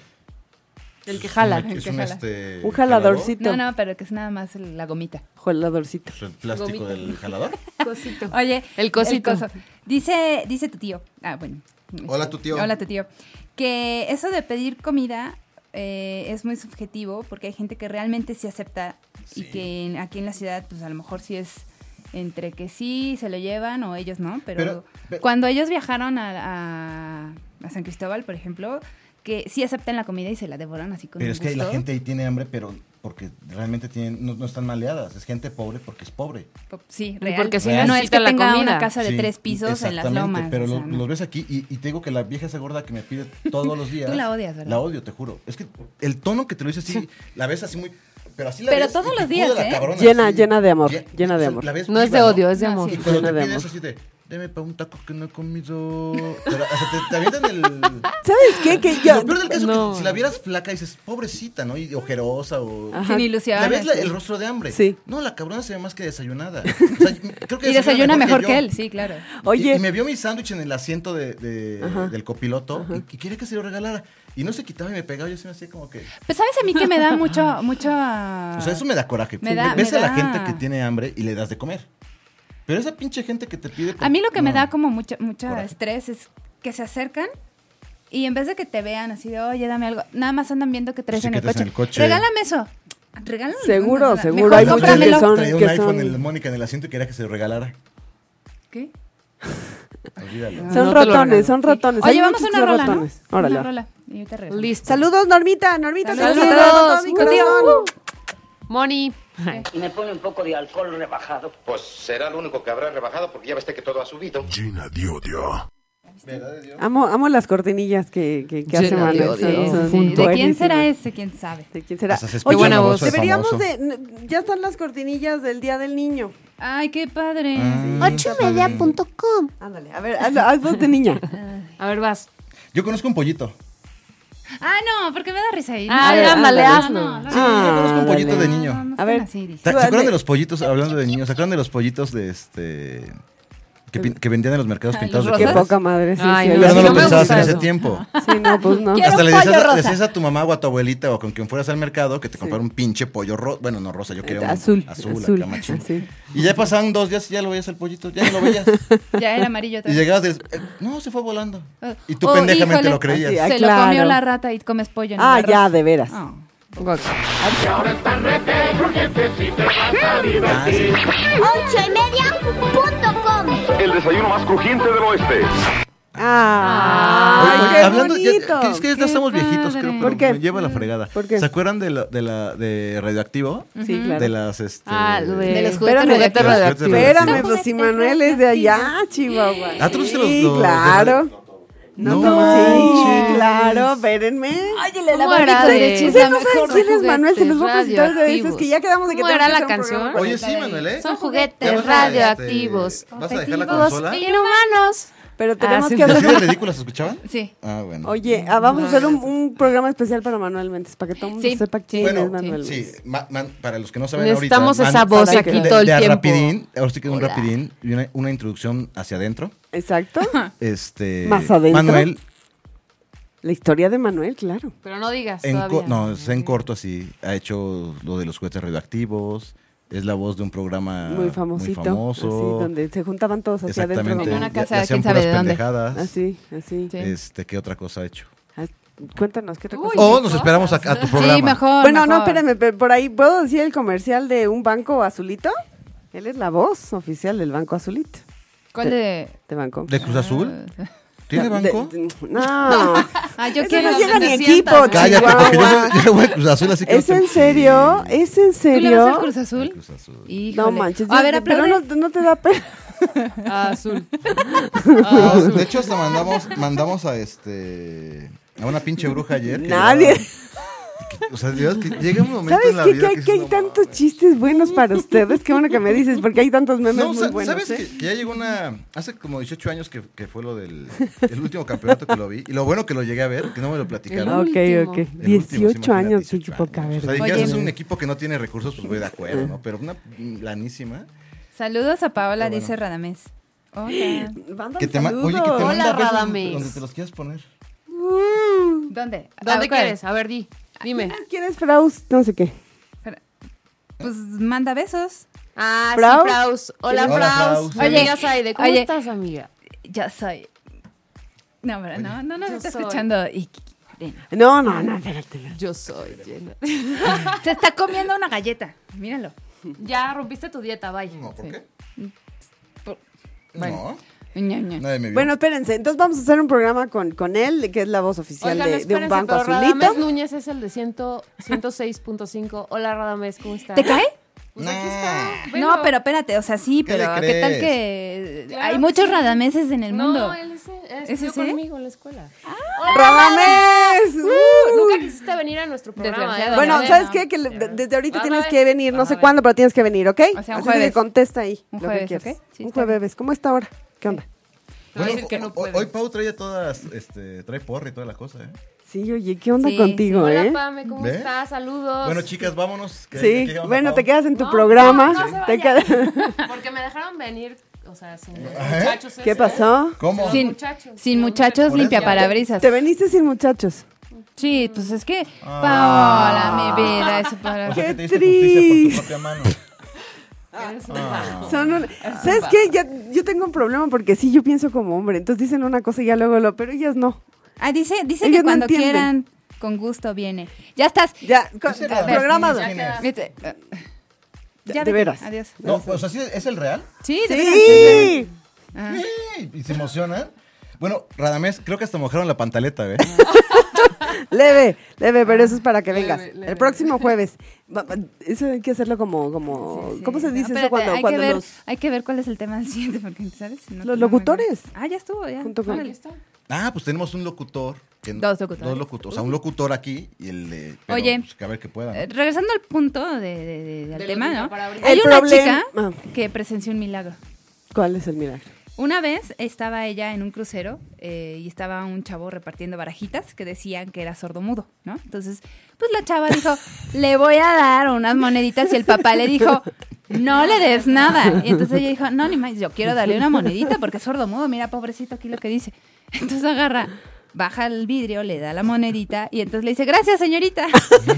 El que jala. Es un, el que un, jala. este, Un jaladorcito. No, no, pero que es nada más el- la gomita. Jaladorcito. jalador, el plástico Gomita. del jalador. Cosito. Oye, El cosito. coso. Dice, dice tu tío. Ah, bueno. Hola, tu tío. Hola, tu tío. Que eso de pedir comida eh, es muy subjetivo porque hay gente que realmente sí acepta y que en- aquí en la ciudad, pues a lo mejor sí es entre que sí se lo llevan o ellos no, pero, Pero- pero- cuando ellos viajaron a, a- a San Cristóbal, por ejemplo, que sí aceptan la comida y se la devoran así con Pero un es que gusto. la gente ahí tiene hambre, pero porque realmente tienen, no, no están maleadas. Es gente pobre porque es pobre. Po- Sí, Y real. porque sí no es necesita que la tenga comida. una casa de Sí, tres pisos en las exactamente, lomas. Pero o sea, lo- no. los ves aquí y, y te digo que la vieja esa gorda que me pide todos los días. Tú la odias, ¿verdad? La odio, te juro. Es que el tono que te lo dice así, la ves así muy. Pero así la Pero ves todos y los picuda días, la ¿eh? cabrona, Llena- así. llena de amor, Lle- llena de o sea, amor. la ves No es de viva, odio, es de No, amor. sí. Y cuando Llena te de pides amor. así de, deme para un taco que no he comido. Pero, o sea, te, te avientan el. ¿Sabes qué? Que Y yo... lo peor del caso es No. que si la vieras flaca dices, pobrecita, ¿no? Y ojerosa o. Ajá. Sin ilusiones. La ves la- sí. el rostro de hambre. Sí. No, la cabrona se ve más que desayunada. O sea, creo que Y desayuna mejor que, yo. él, sí, claro. Oye, Y, y me vio mi sándwich en el asiento de, de- Ajá. del copiloto y, y quería que se lo regalara. Y no se quitaba y me pegaba. Yo se me hacía como que. Pues sabes a mí que me da mucho, mucho... O sea, eso me da coraje. Me da- Ves me a la da- gente que tiene hambre y le das de comer. Pero esa pinche gente que te pide. A mí lo que me no. da como mucho, mucho Coraje. estrés es que se acercan y en vez de que te vean así de, oye, dame algo, nada más andan viendo que traes Sí, en, que el traes coche. en el coche. Regálame eso. Regálame. Seguro, Mejor seguro, hay muchos que cómpramelo. son- Traía un que iPhone son- en el Mónica en el asiento y quería que se lo regalara. ¿Qué? Olvídalo. son No te lo ratones, regalo. son ratones. Oye, Hay vamos a muchos una rola, ¿no? ratones. Órale. Una rola. Y yo te regalo. Listo. Saludos, Normita. Normita, Saludos. saludos. Saludos. Mi Tu tío. corazón. Moni. Y me pone un poco de alcohol rebajado. Pues será lo único que habrá rebajado porque ya ves que todo ha subido. Llena de odio. Amo, amo las cortinillas que, que, que hace Llena de Manuel. odio. Son- Sí, son sí, sí. ¿De quién buenísimas. será ese? ¿Quién sabe? ¿De quién será? Hasta se Oye, escucha buena la voz voz del deberíamos famoso. de... n- Ya están las cortinillas del Día del Niño. Ay, qué padre. Ah, ocho media punto com. Ándale, a ver, haz, haz voz de niña. A ver, vas. Yo conozco un pollito. Ah, no, porque me da risa ahí. Ah, ver, ándale, ándale. hazlo. No, no, Sí, no. yo conozco un pollito dale. de niño. No, no A están ver. así, dice. ¿Se se Tú, acuerdan dale. de los pollitos, hablando de niños, se acuerdan de los pollitos de este... que, pin- que vendían en los mercados Ah, pintados de los Qué colores. poca madre, sí, Ay, sí, no, Pero no oye, lo me pensabas gusta en ese eso. tiempo. Sí, no, pues no. Quiero Hasta un le decías, pollo a, le rosa. decías a tu mamá o a tu abuelita o con quien fueras al mercado que te comprara un pinche pollo rosa. Bueno, no rosa, yo quería un Azul, azul, azul, acá machín. así. Y ya pasaban dos días y ya lo veías el pollito, ya no lo veías. Ya era amarillo. Y otra vez. llegabas y dices, eh, no, se fue volando. Oh, Y tú oh, pendejamente híjole. lo creías. Así, ah, Se claro. lo comió la rata y comes pollo en Ah, el ya, arroz. de veras. Oh. Ah, sí. Ocho y media punto com. El desayuno más crujiente del oeste. ¡Ay, Oye, qué hablando, ya- bonito! que es que ya Qué estamos viejitos, padre. creo, pero ¿Por qué? me lleva la fregada. ¿Por qué? ¿Se acuerdan de, la, de, la, de Radioactivo? Sí, claro. De las, este... Ah, lo de, De los juguetes Espérame, juguetes de- radioactivos. Espérame, Son pues si juguetes Manuel es de allá, Chihuahua. Ah, ¿tú no viste los- Sí, los de- claro. No, No, manches. sí, claro, espérenme. Óyele, ¿Cómo era de- Leche, Ustedes la no saben mejor. quién es juguetes Manuel, se los voy a presentar de veces radioactivos. que ya quedamos de que ¿Cómo tenemos era que la hacer un programa canción? con Oye, él. sí, Manuel, ¿eh? Son ¿Ya juguetes vas a, radioactivos. este, ¿Vas a dejar la Objetivos consola? inhumanos. Pero tenemos Ah, sí. que ¿Así hacer... de ridículas se escuchaban? Sí. Ah, bueno. Oye, ah, vamos a hacer un, un programa especial para Manuel Méndez, para que todo el mundo Sí. sepa quién Bueno, es Manuel sí, Méndez. ma- man- para los que no saben Necesitamos ahorita... esa voz para- aquí de- todo el de a tiempo. rapidín, ahora sí que un Hola. rapidín y una, una introducción hacia adentro. Exacto. Este... Más adentro. Manuel, La historia de Manuel, claro. Pero no digas en co- todavía. no, es en corto así, ha hecho lo de los juguetes radioactivos, es la voz de un programa Muy famosito. muy famoso. Así, donde se juntaban todos hacia adentro. Exactamente. En una y- casa, y hacían quién sabe puras de dónde. pendejadas. Así, así. Sí. Este, ¿qué otra cosa ha hecho? Ah, Cuéntanos, ¿qué otra Uy, cosa? O qué nos cosas. esperamos a, a tu programa. Sí, mejor. Bueno, no, mejor. espérame, pero por ahí, ¿puedo decir el comercial de un banco azulito? Él es la voz oficial del Banco Azulito. ¿Cuál de...? De banco. ¿De Cruz Azul? ¿Tiene De- banco? de- no. Ah, yo Ese quiero... no llega ni donde equipo, sientas. Cállate, porque yo, Chihuahua. yo le voy a Cruz Azul, así que... ¿Es no te- en serio? Sí. ¿Es en ¿Tú le vas al serio? Cruz Azul? Cruz Azul. Híjole. No manches. A ver, yo- pero aplaude. no, no te da pena. Azul. No, de hecho, hasta mandamos, mandamos a este... A una pinche bruja ayer. que Nadie. llevaba- que- o sea, Dios, que llega un momento ¿Sabes en la qué? vida Que hay, que que hay dices, no, tantos chistes buenos para ustedes. Qué bueno que me dices, porque hay tantos memes No, muy sa- buenos. ¿sabes ¿eh? que, que ya llegó una... Hace como dieciocho años que, que fue lo del el último campeonato que lo vi. Y lo bueno que lo llegué a ver, que no me lo platicaron. El Ok, último. ok. El último, sí, dieciocho imagínate, años, dieciocho qué poca años. O sea, verga. dijeras, Oye. es un equipo que no tiene recursos, pues voy de acuerdo, ¿no? Pero una lanísima. Saludos a Paola, Qué bueno. dice Radamés. Hola. Mándame Que te ma- saludos. Oye, que te Hola, manda besos Radames. donde te los quieras poner. ¿Dónde? ¿Dónde Ah, ¿cuál? quieres? A ver, di. Dime. ¿Quién es Fraus? No sé qué. Pues manda besos. Ah, ¿Fraus? sí, Fraus. Hola, Hola, Fraus. Fraus. Oye, Amiga Saide, ¿cómo oye. estás, amiga? Ya soy. No, pero no, no nos Yo está soy. escuchando. Y, Elena. No, no, no, espérate. Yo soy llena. Se está comiendo una galleta. Míralo. Ya rompiste tu dieta, vaya. No, ¿por Sí. qué? Por- No, Ña, ña. nadie me vio. Bueno, espérense. Entonces vamos a hacer un programa con, con él, que es la voz oficial Oigan, de, de un espérense, banco pero azulito. Radamés Núñez es el de cien, ciento seis punto cinco. Hola, Radamés, ¿cómo estás? ¿Te cae? Pues aquí está. No, Bueno, pero espérate, o sea, sí, ¿Qué pero le ¿qué tal crees? que Claro hay que muchos sí. radameses en el mundo? No, él es, él ¿Es estudió ese? conmigo en la escuela. ¡Radamés! Uh. Nunca quisiste venir a nuestro programa. Desgraciado. ¿eh? Bueno, Bueno, ¿sabes no. qué? Que le- de- desde ahorita Vas a tienes ver. que venir, no Vas a sé ver. cuándo, pero tienes que venir, ¿ok? O sea, un Así jueves. que contesta ahí. Un lo jueves, que quieras. ¿ok? Sí, un está jueves. bien. ¿Cómo está ahora? ¿Qué onda? Te voy a Bueno, decir que no hoy, puede. hoy Pau trae todas, este, trae porra y toda la cosa, ¿eh? Sí, oye, ¿qué onda Sí, contigo, Hola, eh? Pame, ¿cómo ¿Ve? estás? Saludos. Bueno, chicas, vámonos. que- Sí, que llegamos a bueno, Pau. te quedas en tu No, programa. no, no se Te vaya. quedas- Porque me dejaron venir, o sea, sin los ¿Eh? muchachos. ¿Qué ese. pasó? ¿Cómo? Sin Sin, muchachos. sin Los muchachos, Por limpia eso. parabrisas. Te veniste sin muchachos. Sí, pues es que, Ah. Paola, mi vida, eso para... O sea, Qué que te diste justicia por tu triste. propia mano. Eres un Ah. bajo. Son un- ¿Sabes qué? Ya, yo tengo un problema porque sí, yo pienso como hombre. Entonces dicen una cosa y ya luego lo... Pero ellas no. Ah, dice, dice Ellos que no cuando entienden. quieran, con gusto viene. Ya estás. Ya, co- Ese eh, Radamés programa... Núñez, ¿quién es? Vete, eh, Ya, ya de vete, veras. Adiós. No, pues así es el real. Sí, de veras. ¡Sí! Ah. Sí, y se emocionan. Bueno, Radamés, creo que hasta mojaron la pantaleta, ¿eh? Leve, leve, pero eso es para que vengas. Leve, leve. El próximo jueves. Va- va- Eso hay que hacerlo como... como Sí, sí. ¿Cómo se dice No, eso espérate, cuando, hay, cuando que ver, los... hay que ver cuál es el tema del siguiente, porque, ¿sabes? Si no, Los no me- locutores. Ah, ya estuvo, ya. Junto con- Órale. Aquí está. Ah, pues tenemos un locutor. que- Dos locutores. Dos locutores. O sea, un locutor aquí y el de... pero, Oye. pues, que a ver qué pueda. ¿no? Eh, regresando al punto de, de- de- del De tema, los ¿no? parabrisas. Hay El una problema- chica ah. que presenció un milagro. ¿Cuál es el milagro? Una vez estaba ella en un crucero eh, y estaba un chavo repartiendo barajitas que decían que era sordomudo, ¿no? Entonces, pues la chava dijo, le voy a dar unas moneditas y el papá le dijo, no le des nada. Y entonces ella dijo, no, ni más, yo quiero darle una monedita porque es sordomudo, mira, pobrecito, aquí lo que dice. Entonces agarra, baja el vidrio, le da la monedita y entonces le dice, gracias, señorita.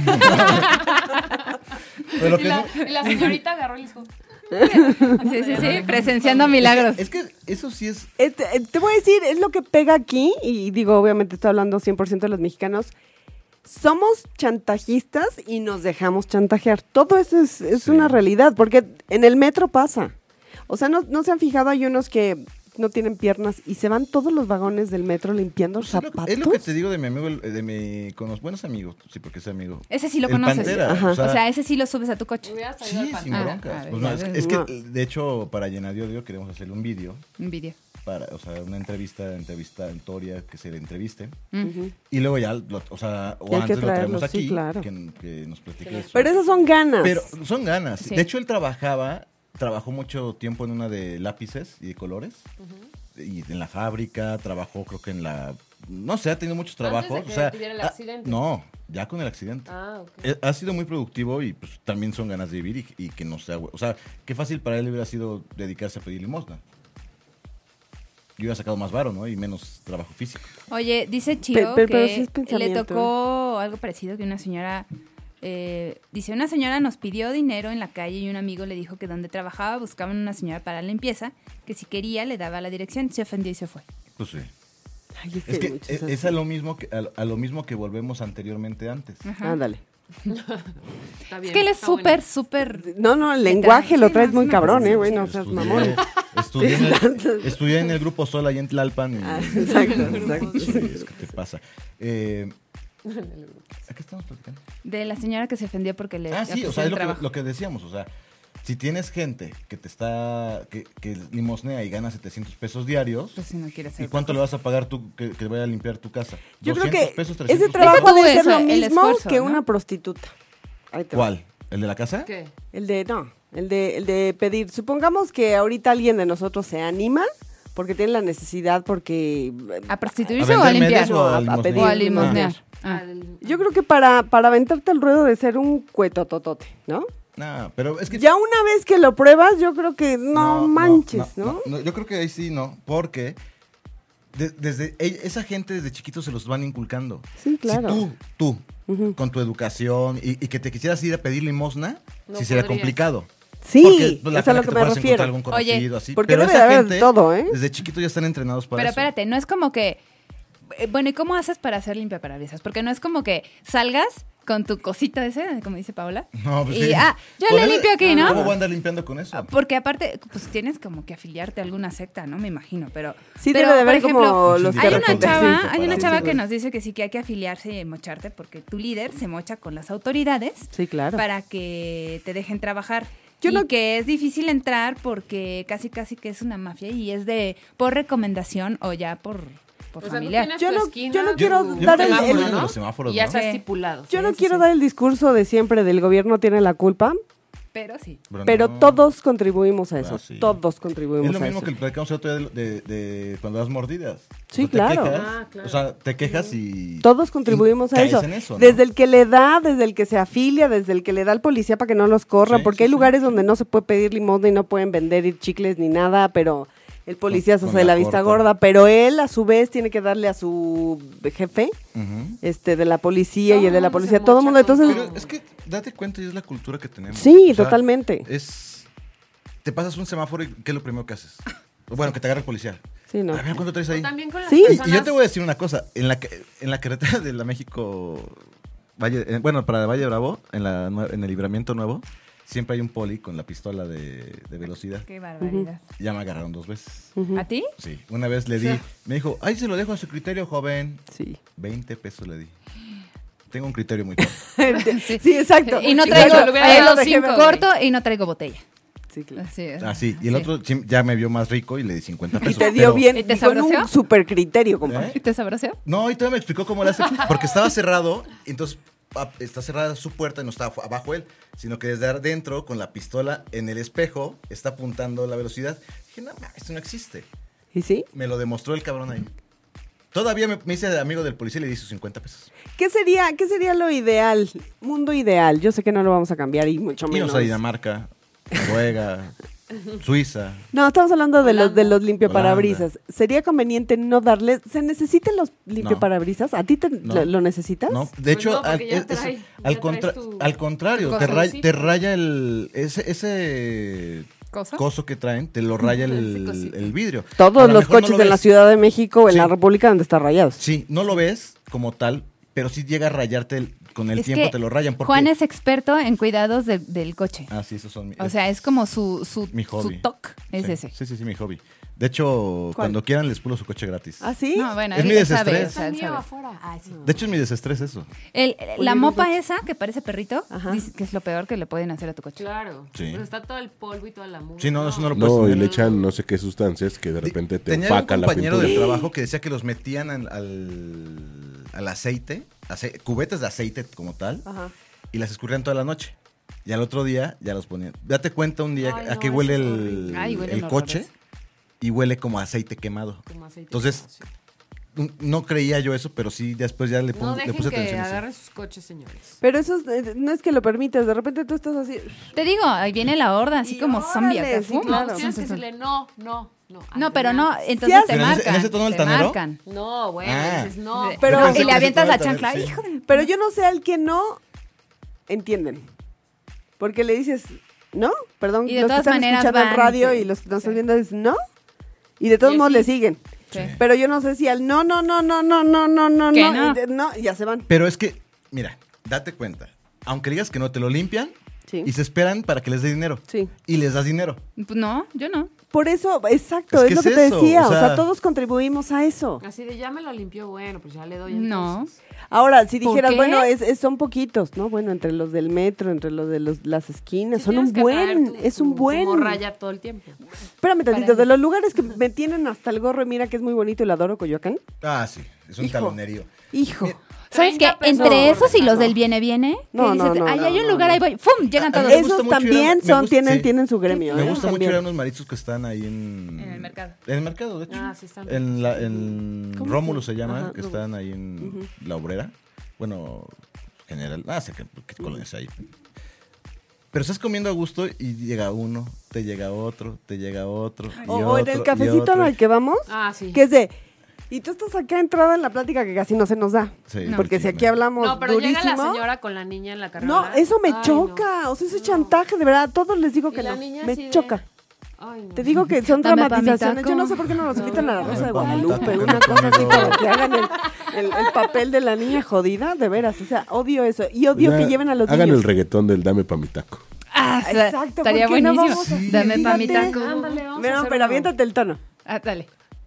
Y la, y la señorita agarró y le dijo... Sí, sí, sí, presenciando milagros. Es que, es que eso sí es... Eh, te, eh, te voy a decir, es lo que pega aquí, y digo, obviamente estoy hablando cien por ciento de los mexicanos, somos chantajistas y nos dejamos chantajear. Todo eso es, es Sí. una realidad, porque en el metro pasa. O sea, no, no se han fijado, hay unos que no tienen piernas y se van todos los vagones del metro limpiando Pues es, lo, zapatos. es lo que te digo de mi amigo, el- de mi, con los buenos amigos, sí, porque es amigo. Ese sí lo El conoces. Pantera, Ajá. o sea- O sea, ese sí lo subes a tu coche. Hubieras traído al Sí, sin Pantera. broncas. Ah, Pues ya no, es, ves. es que, No. de hecho, para Llenadio Dio queremos hacerle un vídeo, Un vídeo. para, o sea, una entrevista, entrevista en Toria, que se le entreviste. Ujú. Y luego ya, lo- o sea, o Y hay que antes lo traemos traerlo, sí, aquí, claro. que, que nos platique Que eso. Pero esas son ganas. Pero son ganas. Sí. De hecho, él trabajaba, trabajó mucho tiempo en una de lápices y de colores. Y en la fábrica, trabajó creo que en la... No sé, ha tenido muchos trabajos. Antes de que o sea, tuviera el ah, accidente. no, ya con el accidente. Ah, ok. Eh, Ha sido muy productivo y pues también son ganas de vivir y, y que no sea... hue- O sea, qué fácil para él hubiera sido dedicarse a pedir limosna. Yo hubiera sacado más varo, ¿no? Y menos trabajo físico. Oye, dice Pe- Chio pe- pero que sí es le pensamiento. tocó algo parecido que una señora... eh, dice, una señora nos pidió dinero en la calle y un amigo le dijo que donde trabajaba buscaban una señora para la limpieza, que si quería le daba la dirección, se ofendió y se fue. Pues sí. Ay, es que Es hay que muchos es, así. es a lo mismo que a, a lo mismo que volvemos anteriormente antes. Ajá. Ándale. Está Es bien, que él es está súper, bueno. súper... No, no, el lenguaje lo Sí, traes no, muy no, cabrón, sí, eh, sí, güey, sí. no seas Estudié- mamón. Estudié en, el, estudié en el grupo Sol allá en Tlalpan. Y, Ah, exacto, exacto. Sí, es que te pasa. Eh, ¿A qué estamos platicando? De la señora que se ofendió porque le Ah, sí, o ofrecieron sea, es lo que, trabajo. lo que decíamos, o sea, si tienes gente que te está, que, que limosnea y gana setecientos pesos diarios, Pues si no quiere hacer ¿y cuánto le vas a pagar tú que, que vaya a limpiar tu casa? Yo creo ¿doscientos que pesos, ese trescientos trabajo Deja tú debe ser eso, lo el mismo esfuerzo, que ¿no? una prostituta. Ahí te va. ¿Cuál? ¿El de la casa? ¿Qué? El de, no, el de, el de pedir. Supongamos que ahorita alguien de nosotros se anima porque tiene la necesidad, porque... ¿A prostituirse ¿A o a vender limpiar? medias o a No, a- a limosnear? pedir. O a limosnear. Ah. Al- Yo creo que para, para aventarte el ruedo de ser un cuetototote, ¿no? No, pero es que... Ya una vez que lo pruebas, yo creo que no, manches, ¿no? no, Yo creo que ahí sí no, porque de- desde e- esa gente desde chiquitos se los van inculcando. Sí, claro. Si tú, tú, Ujú. con tu educación y, y que te quisieras ir a pedir limosna, No sí sería podrías. complicado. Sí, Porque, pues, la es a pena lo que te me puedas refiero. encontrar algún conocido, así. porque Pero debe esa de haber gente, todo, ¿eh? Desde chiquito ya están entrenados para Pero eso. espérate, no es como que... eh, Bueno, ¿y cómo haces para hacer limpia parabrisas? Porque no es como que salgas con tu cosita ese, como dice Paola. No, pues y, sí. ah, yo Con le él- limpio aquí, ¿no? ¿Cómo voy a andar limpiando con eso? Porque aparte, pues tienes como que afiliarte a alguna secta, ¿no? Me imagino, pero... Sí, pero, debe de por haber como ejemplo, los Sí, hay de una repente, chava, sí, hay una para- chava sí, que sí. nos dice que sí que hay que afiliarse y mocharte porque tu líder se mocha con las autoridades Sí, claro. para que te dejen trabajar. Yo y no- que es difícil entrar porque casi casi que es una mafia y es de por recomendación o ya por, por O sea, tú familiar. tienes Yo tu no- esquina, yo no quiero tu dar el- semáforo, el- ¿no? los semáforos, Y ya ¿no? está Sí. estipulado. Yo no Sí, sí, quiero sí. dar el discurso de siempre del gobierno tiene la culpa, Pero sí. pero no. todos contribuimos a eso. Ah, sí. Todos contribuimos Es lo a mismo eso. que el platicamos el otro día de, de- de cuando das mordidas. Sí, O sea, te claro. quejas, Ah, claro. O sea, te quejas y... Todos contribuimos y a caes eso. en eso, ¿no? Desde el que le da, desde el que se afilia, desde el que le da al policía para que no los corra, Sí, porque sí, hay sí. lugares donde no se puede pedir limosna y no pueden vender y chicles ni nada, pero el policía Con- se con hace la la vista corta. gorda, pero él a su vez tiene que darle a su jefe, Ujú. este, de la policía Todo y el de la mundo se policía, todo el mocha mundo. con Entonces, Pero es que date cuenta y es la cultura que tenemos. sí, O sea, totalmente. Es... Te pasas un semáforo y ¿qué es lo primero que haces? Bueno, que te agarre el policía. Sí, no. A ver, ¿cuánto traes ahí? También con las Sí. Y, personas... y yo te voy a decir una cosa. En la, que- en la carretera de la México... Valle, eh, bueno, para Valle Bravo, en, la, nue- en el libramiento nuevo, siempre hay un poli con la pistola de, de velocidad. Qué barbaridad. Ya me agarraron dos veces. Ujú. ¿A ti? Sí, una vez le di, me dijo, ay, se lo dejo a su criterio, joven. Sí. veinte pesos le di. Tengo un criterio muy corto. Sí, exacto. Y no Sí, traigo, claro, le hubiera eh, dado lo cinco, dejé güey. corto y no traigo botella. Sí, claro. Así es. Ah, sí. Y el Sí. otro sí, ya me vio más rico y le di cincuenta Y pesos. te dio pero- bien, ¿Y te y con sabroseó? un super criterio, compadre. ¿Eh? ¿Y te sabroseó? No, y todavía me explicó cómo le hace. Porque estaba cerrado, entonces ah, está cerrada su puerta y no estaba fu- abajo él, sino que desde adentro, con la pistola en el espejo, está apuntando la velocidad. Dije, no, ma, esto no existe. ¿Y sí? Me lo demostró el cabrón ahí. Todavía me, me hice amigo del policía y le di sus cincuenta pesos. ¿Qué sería, ¿Qué sería lo ideal? Mundo ideal. Yo sé que no lo vamos a cambiar y mucho Irnos menos. a Dinamarca. Noruega, Suiza. No, estamos hablando de los, de los Holanda. limpiaparabrisas. ¿Sería conveniente no darles? ¿Se necesitan los limpiaparabrisas? ¿A ti te, No. lo, lo necesitas? No, de hecho, no, porque al, ya es- trae- es- ya al, traes contra- tu- al contrario, tu te, ray- corazoncito. te raya el ese, ese ¿Coso? coso que traen, te lo raya Ese el, cosito. el vidrio. A Todos lo los mejor no coches lo en la ves. Ciudad de México o en Sí. la República donde están rayados. Sí, no lo ves como tal, pero sí llega a rayarte el- con el Es tiempo, que te lo rayan. Porque, Juan es experto en cuidados de- del coche. Ah, sí, esos son mi- O sea, es como su, su, mi su hobby. toc, es sí, ese. Sí, sí, sí, mi hobby. De hecho, cuando quieran les pulo su coche gratis. ¿Ah, sí? No, bueno, Es él mi él sabe, desestrés. o sea, él Está mío sabe. afuera. Ay, sí. De hecho, es mi desestrés eso. El- Oye, la mi mopa coche. esa, que parece perrito, Ajá. dice que es lo peor que le pueden hacer a tu coche. Claro. Sí. Pero está todo el polvo y toda la mugre. Sí, no, eso no lo puedes No, y tener. le echan no sé qué sustancias que de repente te Tenía un opacan la compañero pintura. del trabajo que decía que los metían al, al, al aceite, ace- cubetas de aceite como tal, Ajá. y las escurrían toda la noche. Y al otro día ya los ponían. Date cuenta un día Ay, a no, qué huele eso es el, horrible. Ay, huelen el coche horrores. y huele como a aceite quemado. Como aceite. Entonces, Sí. n- no creía yo eso, pero sí después ya le, pon- No le dejen puse que atención. a eso. agarren sus coches, señores. Pero eso es- eh, no es que lo permitas. De repente tú estás así. Te digo, ahí viene la horda, así Y como zombie órale, acá. sí, ¡fum! claro. No, tienes que decirle no, no, no. No, pero no, antes. entonces Sí, te ¿Pero en ese- marcan. en ese tono del te tanero? marcan. No, bueno, Ah. dices no. Pero- Yo pensé y le que avientas ese la tono chancla, también, sí. hijo de... Pero yo no sé al que no entienden. Porque le dices, ¿no? Perdón, Y de los que todas están maneras escuchando van en y radio te- y los que nos están sí. viendo dicen, ¿no? Y de todos Y modos así. le siguen. Sí. Pero yo no sé si al no, no, no, no, no, no, no, no, ¿Qué no, no? y de- no, y ya se van. Pero es que, mira, date cuenta. Aunque digas que no, te lo limpian Sí. y se esperan para que les dé dinero. Sí. Y les das dinero. Pues no, yo no. Por eso, exacto, Es es, que lo es que te eso, decía. o O sea, sea- todos contribuimos a eso. Así de ya me lo limpió, bueno, pues ya le doy No. entonces. Ahora, si ¿Por dijeras, qué? bueno, es, es- son poquitos, ¿no? Bueno, entre los del metro, entre los de los, las esquinas, Sí son tienes un que traer buen, tu- es tu- un tu buen. morralla todo el tiempo. Espérame tantito, Para- de los lugares que me tienen hasta el gorro, y mira que es muy bonito y lo adoro, Coyoacán. Ah, sí. Es un Hijo. talonerío. Hijo. ¿Sabes qué? treinta pesos Entre por esos y los persona. del viene viene, No, que no, dices, no, ahí no, hay un no, lugar, no. ahí voy, ¡fum! Llegan A- a todos. mí me gusta Esos mucho ir a- también me son, gusta- tienen, sí. tienen su gremio. Me ¿eh? gusta mucho También. ir a unos mariscos que están ahí en... En el mercado. En el mercado, de hecho. Ah, sí, están En, la, en ¿Cómo Rómulo se- se llama, Ajá, que Rómulo. están ahí en La Obrera. Bueno, general. Ah, sé que, qué colonia es ahí. Pero estás comiendo a gusto y llega uno, te llega otro, te llega otro. y O, o en otro, el y cafecito otro. al que vamos, Ah, sí. que es de, y tú estás acá entrada en la plática que casi no se nos da. Sí, Porque si aquí últimamente. hablamos No, pero durísimo. llega la señora con la niña en la carrera. No, eso me Ay, choca. no. O sea, eso es No. chantaje, de verdad. A todos les digo Y que la no. niña Me así de- choca. Ay, no. Te digo que son Dame pa' mi dramatizaciones. Yo taco. no sé por qué no nos invitan a la Rosa de Dame pa' mi Guadalupe. taco, Una que no he cosa así comido. para que hagan el, el- el papel de la niña jodida. De veras. O sea, odio eso. Y odio Ya, que lleven a los hagan niños. el reggaetón del dame pa' mi taco. Ah, o sea, Exacto, estaría ¿por qué no buenísimo. vamos a- Dame pa' mi Fíjate. taco. Ándale, vamos a Pero, hacer pero uno. aviéntate el tono. Ah, dale.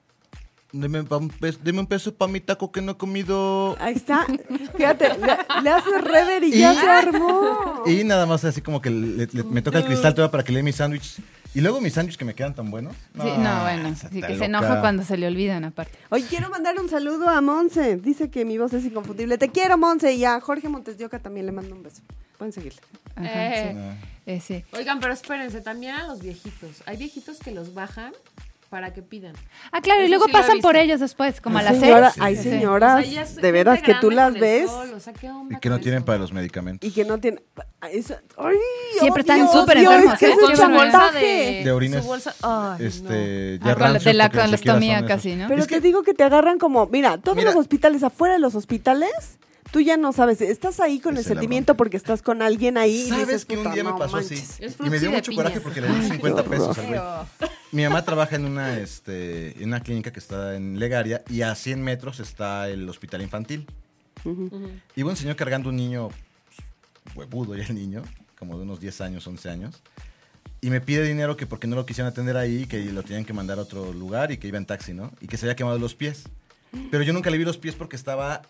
Deme, pa un peso, deme un peso para mi taco que no he comido. Ahí está. Fíjate, le, le haces rever y, ya Y- se armó. Y nada más así como que le- le- me toca el cristal todavía para que lea mis sándwiches. Y luego mis sándwiches que me quedan tan buenos. Sí, no, bueno, esa sí, está que se loca. enoja cuando se le olvidan aparte. Hoy quiero mandar un saludo a Monse. Dice que mi voz es inconfundible. Te quiero, Monse. Y a Jorge Montes de Oca también le mando un beso. Pueden seguirle. Ajá, Eh. sí. Ah. Eh, sí. Oigan, pero espérense, también a los viejitos. Hay viejitos que los bajan para que pidan. Ah, claro, y Eso luego sí lo he pasan por visto. ellos después, como a Hay las señora- seis. Hay Sí. señoras, O sea, ya es de gente veras, que tú grande las con el ves sol, o sea, ¿qué onda Y que no con tienen eso? para los medicamentos. y que no tienen... Eso, ay, Siempre están odio, súper odio, enfermos, Es que ¿eh? eso Con es su bolsa chantaje. de, De orines, su bolsa, ay, Este, Ah, ya con la- rancios de la porque ni siquiera colostomía son casi, esos. ¿no? Pero Es te que- digo que te agarran como... Mira, todos Mira. los hospitales, afuera de los hospitales... Tú ya no sabes, estás ahí con Esa el es la sentimiento porque estás con alguien ahí y ¿Sabes dices, que un "Puta, día me no pasó manches". así? Es Y me frutzi dio de mucho coraje piña. porque le di cincuenta qué pesos al güey. Pero- Mi mamá trabaja en una, este, en una clínica que está en Legaria y a cien metros está el hospital infantil. Iba un señor cargando un niño, pues, huevudo ya el niño, como de unos diez años, once años, y me pide dinero que porque no lo quisieran atender ahí, que lo tenían que mandar a otro lugar y que iba en taxi, ¿no? Y que se había quemado los pies. Pero yo nunca le vi los pies porque estaba...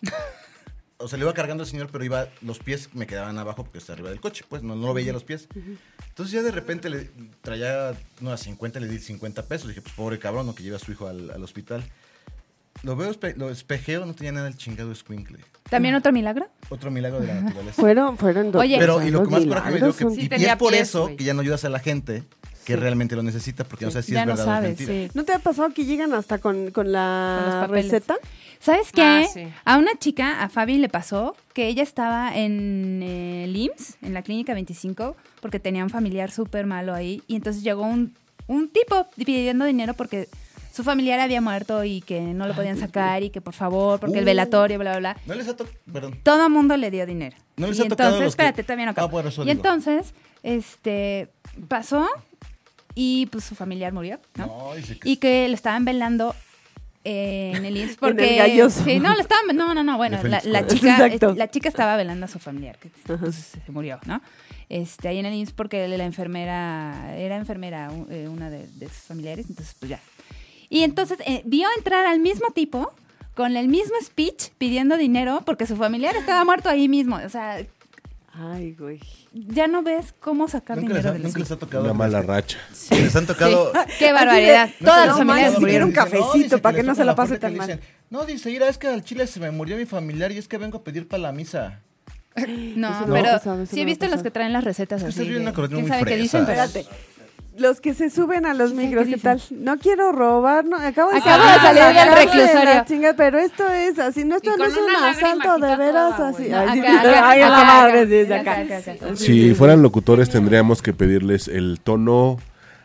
O sea, le iba cargando el señor, pero iba, los pies me quedaban abajo porque está arriba del coche, pues no, no lo veía los pies. Entonces ya de repente le traía unas cincuenta, le di cincuenta pesos. Dije, pues pobre cabrón, ¿no? Que lleva a su hijo al, al hospital. Lo veo, espe- lo espejeo, no tenía nada el chingado escuincle. ¿También otro milagro? Otro milagro de la naturaleza. Fueron, fueron dos. Oye, Pero, y lo que más coraje me dio, que, Sí y, y tenía es por pies, eso güey. que ya no ayudas a la gente que Sí. realmente lo necesita, porque no Sí. sabes si Ya es no verdad o es sabes, mentira. sí. ¿No te ha pasado que llegan hasta con, con Con los la papeles. receta? ¿Sabes qué? Ah, sí. A una chica, a Fabi, le pasó que ella estaba en eh, el I M S S, en la clínica veinticinco, porque tenía un familiar súper malo ahí. Y entonces llegó un, un tipo pidiendo dinero porque su familiar había muerto y que no lo podían sacar y que por favor, porque el Uh. velatorio, bla, bla, bla. No les ha tocado, perdón. Todo el mundo le dio dinero. ¿No les y ha tocado entonces, los que- espérate, todavía no acabo. Ah, bueno, eso y digo. entonces, este, pasó y pues su familiar murió, ¿no? No, dice que- Y que lo estaban velando eh, en el I M S S En el porque galloso. sí, no, lo estaban, no, no, no, bueno, De la, Félix la Cuadra. chica, Exacto. la chica estaba velando a su familiar que pues, se murió, ¿no? Este, ahí en el I M S S porque la enfermera era enfermera u- eh, una de, de sus familiares, entonces pues ya. Y entonces eh, vio entrar al mismo tipo con el mismo speech pidiendo dinero porque su familiar estaba muerto ahí mismo, o sea, Ay, güey. ya no ves cómo sacar Nunca les, dinero ha, del nunca les ha tocado. Una que mala les- racha. Les han tocado. Qué barbaridad. Así de, Todas no las familiares manches, murieron. quiero un Dicen, cafecito dice para que les no toca se la la pase puerta tan que le mal. dicen, no, dice, mira, es que al chile se me murió mi familiar y es que vengo a pedir para la misa. No, Eso no pero me ha pasado, eso sí no he me ha visto los pasado. que traen las recetas Es que así. ustedes viven de- una colonia ¿Quién muy sabe qué dicen? fresa. Pero- Espérate. Los que se suben a los Sí, micros, ¿qué ¿qué dicen? tal? No quiero robar, no, acabo de Acabo salir, de salir del la reclusorio. chinga, pero esto es así, no, esto Y no con es un una lágrima asalto de quita veras toda, así. güey. Ay, Acá, sí, acá, ay, a la acá, madre, acá. sí, es Acá, acá. acá, acá. Sí, Si sí, sí. fueran locutores tendríamos que pedirles el tono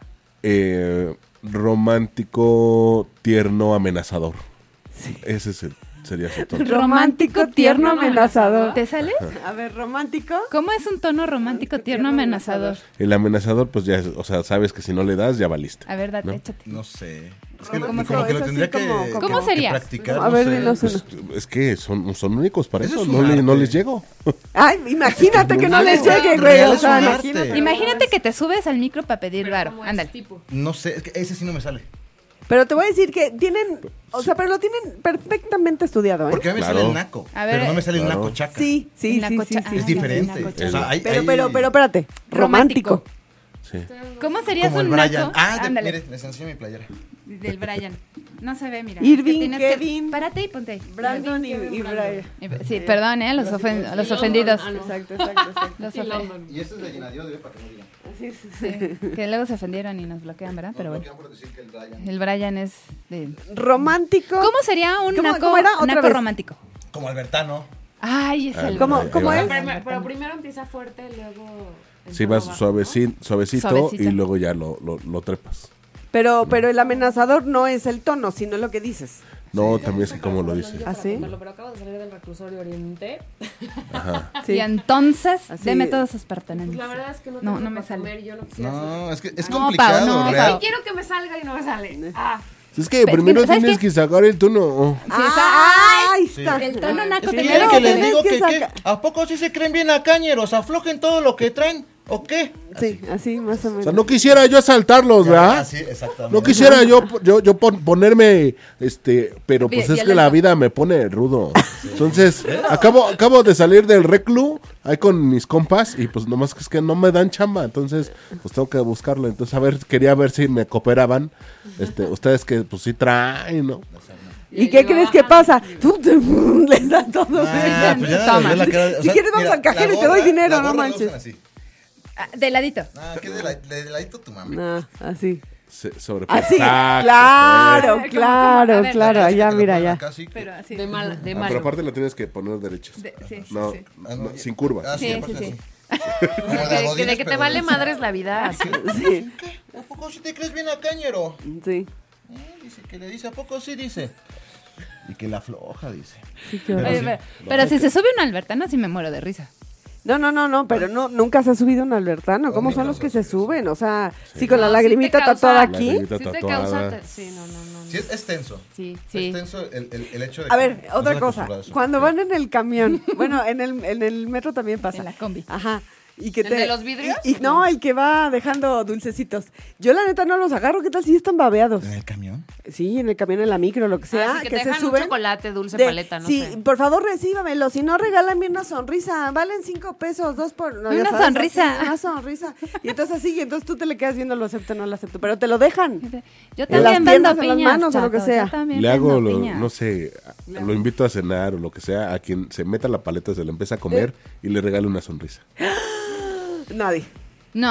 eh, romántico, tierno, amenazador. Ese es el- sería su tono. Romántico, tierno, amenazador. ¿Te sale? A ver, romántico. ¿Cómo es un tono romántico, tierno, amenazador? El amenazador, pues ya, es- o sea, sabes que si no le das, ya valiste. A ver, date, ¿No? échate. No sé. Es que, ¿Cómo como se- que es lo así tendría que, como- que- como- ¿Cómo que sería? practicar. A no ver, sé. dinos Pues, es que son, son únicos para Eso eso, es un no, le- arte. no les llego. Ay, imagínate que no No, les no, llegue, güey. real O es sea, un imagínate. arte. Imagínate que te subes al micro para pedir varo. ¿Cómo es Ándale. tipo? No sé, es que ese sí no me sale. Pero te voy a decir que tienen, o sea, pero lo tienen perfectamente estudiado, ¿eh? Porque a mí me Claro. sale el naco. A ver, pero no me sale claro. el naco chaca. Sí, sí, En la sí, sí, cocha- sí, Es Ah, sí. diferente. naco O sea, hay- Pero, hay- pero, pero, espérate. Romántico. Sí. ¿Cómo serías Como el un Brian. naco? Ah, de- Ándale. mire, les enseño mi playera. Del Brian. No se ve, mira. Irving, Es que tienes que- Kevin. Párate y ponte ahí. Brandon y, y Brian. Sí, perdón, ¿eh? Los, ofen- los ofendidos. Ah, no. Exacto, exacto, exacto. Los Sí, ofen- London. Y este es de Llenadio, debe para que no digan. Sí, sí, sí, que luego se ofendieron y nos bloquean, ¿verdad? Pero bueno. por decir que el Brian. El Brian es de... Romántico. ¿Cómo sería un ¿Cómo- naco, cómo era? Otra naco vez. romántico? Como Albertano. Ay, es Ah, el... ¿Cómo- ahí cómo va. es? Pero, pero primero empieza fuerte, luego... Sí, vas empieza suavecito, suavecito, Suavecito. y luego ya lo, lo, lo trepas. Pero, pero el amenazador no es el tono, sino lo que dices. No, también es que como lo dice. Yo ¿Ah, para sí? contarlo, pero acabo de salir del reclusorio oriente. Ajá. Sí. Y entonces, Así- deme todas sus Pues pertenencias. la verdad es que no No, tengo no me para sale. comer y yo no quisiera hacer. No, es que es No, complicado, Pau, no, real. Sí, quiero que me salga y no me sale. Ah, Es que Pero es primero que, ¿sabes tienes qué? que sacar el tono. Sí, esa- ¡Ah, ahí está! El tono naco Es te que Primero quiere que les tienes digo que que, que- sacar- ¿a poco sí se creen bien acañeros? ¿Aflojen todo lo que traen o qué? Sí, así más o O menos. sea, no quisiera yo asaltarlos, ¿verdad? Así, exactamente. No quisiera yo, yo, yo pon- ponerme, este, pero pues Vi- es que la violento. vida me pone rudo. Entonces, acabo, acabo de salir del reclu, ahí con mis compas, y pues nomás que es que no me dan chamba, entonces, pues tengo que buscarlo. Entonces, a ver, quería ver si me cooperaban, este, ustedes que pues sí traen, ¿no? ¿Y qué crees que pasa? Tú te- les das todo. Ah, pues ya Toma. les ves la cara- o Si sea, quieres, vamos mira, al cajero la y te doy gorra- dinero, la no gorra la manches. usan así. Ah, de ladito. Ah, que de, la, de ladito tu mami. Ah, así. Se- sobre Así, Exacto. claro, ¿Cómo, claro, cómo? A ver, claro, Casi ya te la mira, ponen ya. acá, así que- Pero así. de mal, de Ah, mal. pero aparte la tienes que poner derechas. De- sí, sí, No, sí. Ah, no, no, ya. sin curvas. Ah, Sí, aparte sí, así. sí. Como de Que, que godines, de que te pero- vale madres la vida. Así. Sí, ¿A poco sí te crees bien acañero? sí. Eh, dice que le dice, ¿a poco sí dice? Y que la floja, dice. Sí, qué Pero Oye, sí. pero pero si se sube un albertano, sí me muero de risa. No, no, no, no, pero no, nunca se ha subido un albertano. ¿Cómo son los que se suben? O sea, sí, con la No, sí lagrimita te causa- tatuada aquí. Lagrimita Sí te tatuada. causa... te- Sí, no, no, no. Sí, es, es tenso. Sí, sí. Es tenso el, el, el hecho de A que ver, no otra se cosa. acostumbra a eso. Cuando van en el camión, bueno, en el, en el metro también pasa. En la combi. Ajá. Y que ¿El te, de los vidrios? Y, y no, el que va dejando dulcecitos. Yo la neta no los agarro. ¿Qué tal si están babeados? ¿En el camión? Sí, en el camión, en la micro, lo que sea. Así que, que te se dejan un suben. chocolate, dulce, de- paleta, no sí, sé. por favor, recíbamelo. Si no, regálame una sonrisa. Valen cinco pesos, dos por... no, ya Una sabes, sonrisa. así, una sonrisa. Y entonces así, y entonces tú te le quedas viendo, lo acepto, no lo acepto. Pero te lo dejan. Yo En las también vendo piernas, en las piñas, manos o lo que chato, sea. yo también Le hago, vendo lo- piñas. no sé, a- lo invito a cenar o lo que sea, a quien se meta la paleta se le empieza a comer Eh. y le regale una sonrisa. Nadie. No.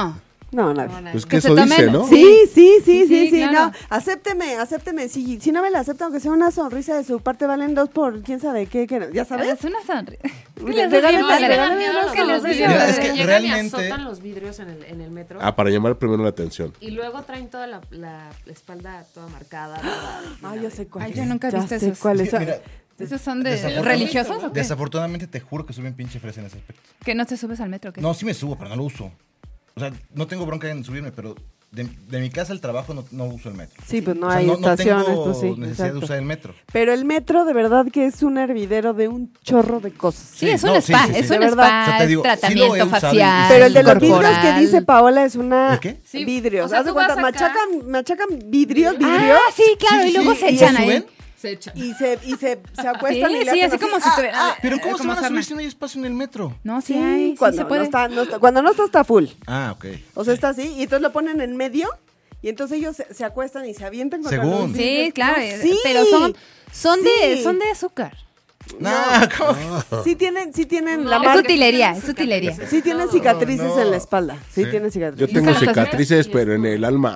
No, nadie. No, nadie. Pues que Que se eso dice, tomen- ¿no? Sí, sí, sí, sí, Sí, sí, claro. no, acépteme, acépteme, si, si no me la acepta, aunque sea una sonrisa de su parte, valen dos por quién sabe qué, qué ya sabes. Es una sonrisa. Mira, ¿Qué les regálame, decimos? No, regálame llegan unos los ¿Qué les vidrios, decimos? Mira, es que llegan realmente- y azotan los vidrios en el, en el metro. Ah, para llamar primero la atención. Y luego traen toda la, la, la espalda toda marcada. Toda, Ay, yo sé cuál Ay, es. yo nunca he Ya visto sé esos. cuáles son. Mira, ¿Esos son de desafortunadamente- religiosos o qué? Desafortunadamente te juro que soy bien pinche fresa en ese aspecto. Que no te subes al metro, ¿qué? No, sí me subo, pero no lo uso. O sea, no tengo bronca en subirme, pero de, de mi casa al trabajo no, no uso el metro. Sí, pues no O sea, hay no, no estaciones, tengo pues sí, necesidad exacto. de usar el metro. Pero el metro de verdad que es un hervidero de un chorro de cosas. Sí, es un no, sí, spa, sí, sí. es De un verdad. spa, O sea, te digo, sí lo he tratamiento usado y- facial. Pero el de los vidrios corporal. que dice Paola es una ¿El qué? Sí, vidrios. o sea, Haz de tú cuenta, vas acá- machacan, machacan vidrios, vidrios. Ah, sí, claro, Sí, y sí, luego sí. se ¿Y echan se ahí. suben? Se echa. Y se, y se, se acuestan Sí, y le sí, hacen así como si ah, tuviera- ah, Pero Eh, ¿cómo se ¿cómo van a se subir arma? si no hay espacio en el metro? No, sí, sí, hay, sí cuando, se no puede. está, no está- cuando no está, está full. Ah, ok. O sea, está así, y entonces lo ponen en medio, y entonces ellos se, se acuestan y se avientan contra Según. los Sí, vidrios. claro, No, eh, sí. pero son, son, Sí. de, son de azúcar. No, ¿cómo? Sí tienen, sí tienen la No, Es marca. utilería, es utilería. Sí tienen cicatrices no. en la espalda. Sí, Sí. tienen Yo cicatrices. tengo Nunca las cicatrices, pero en el alma.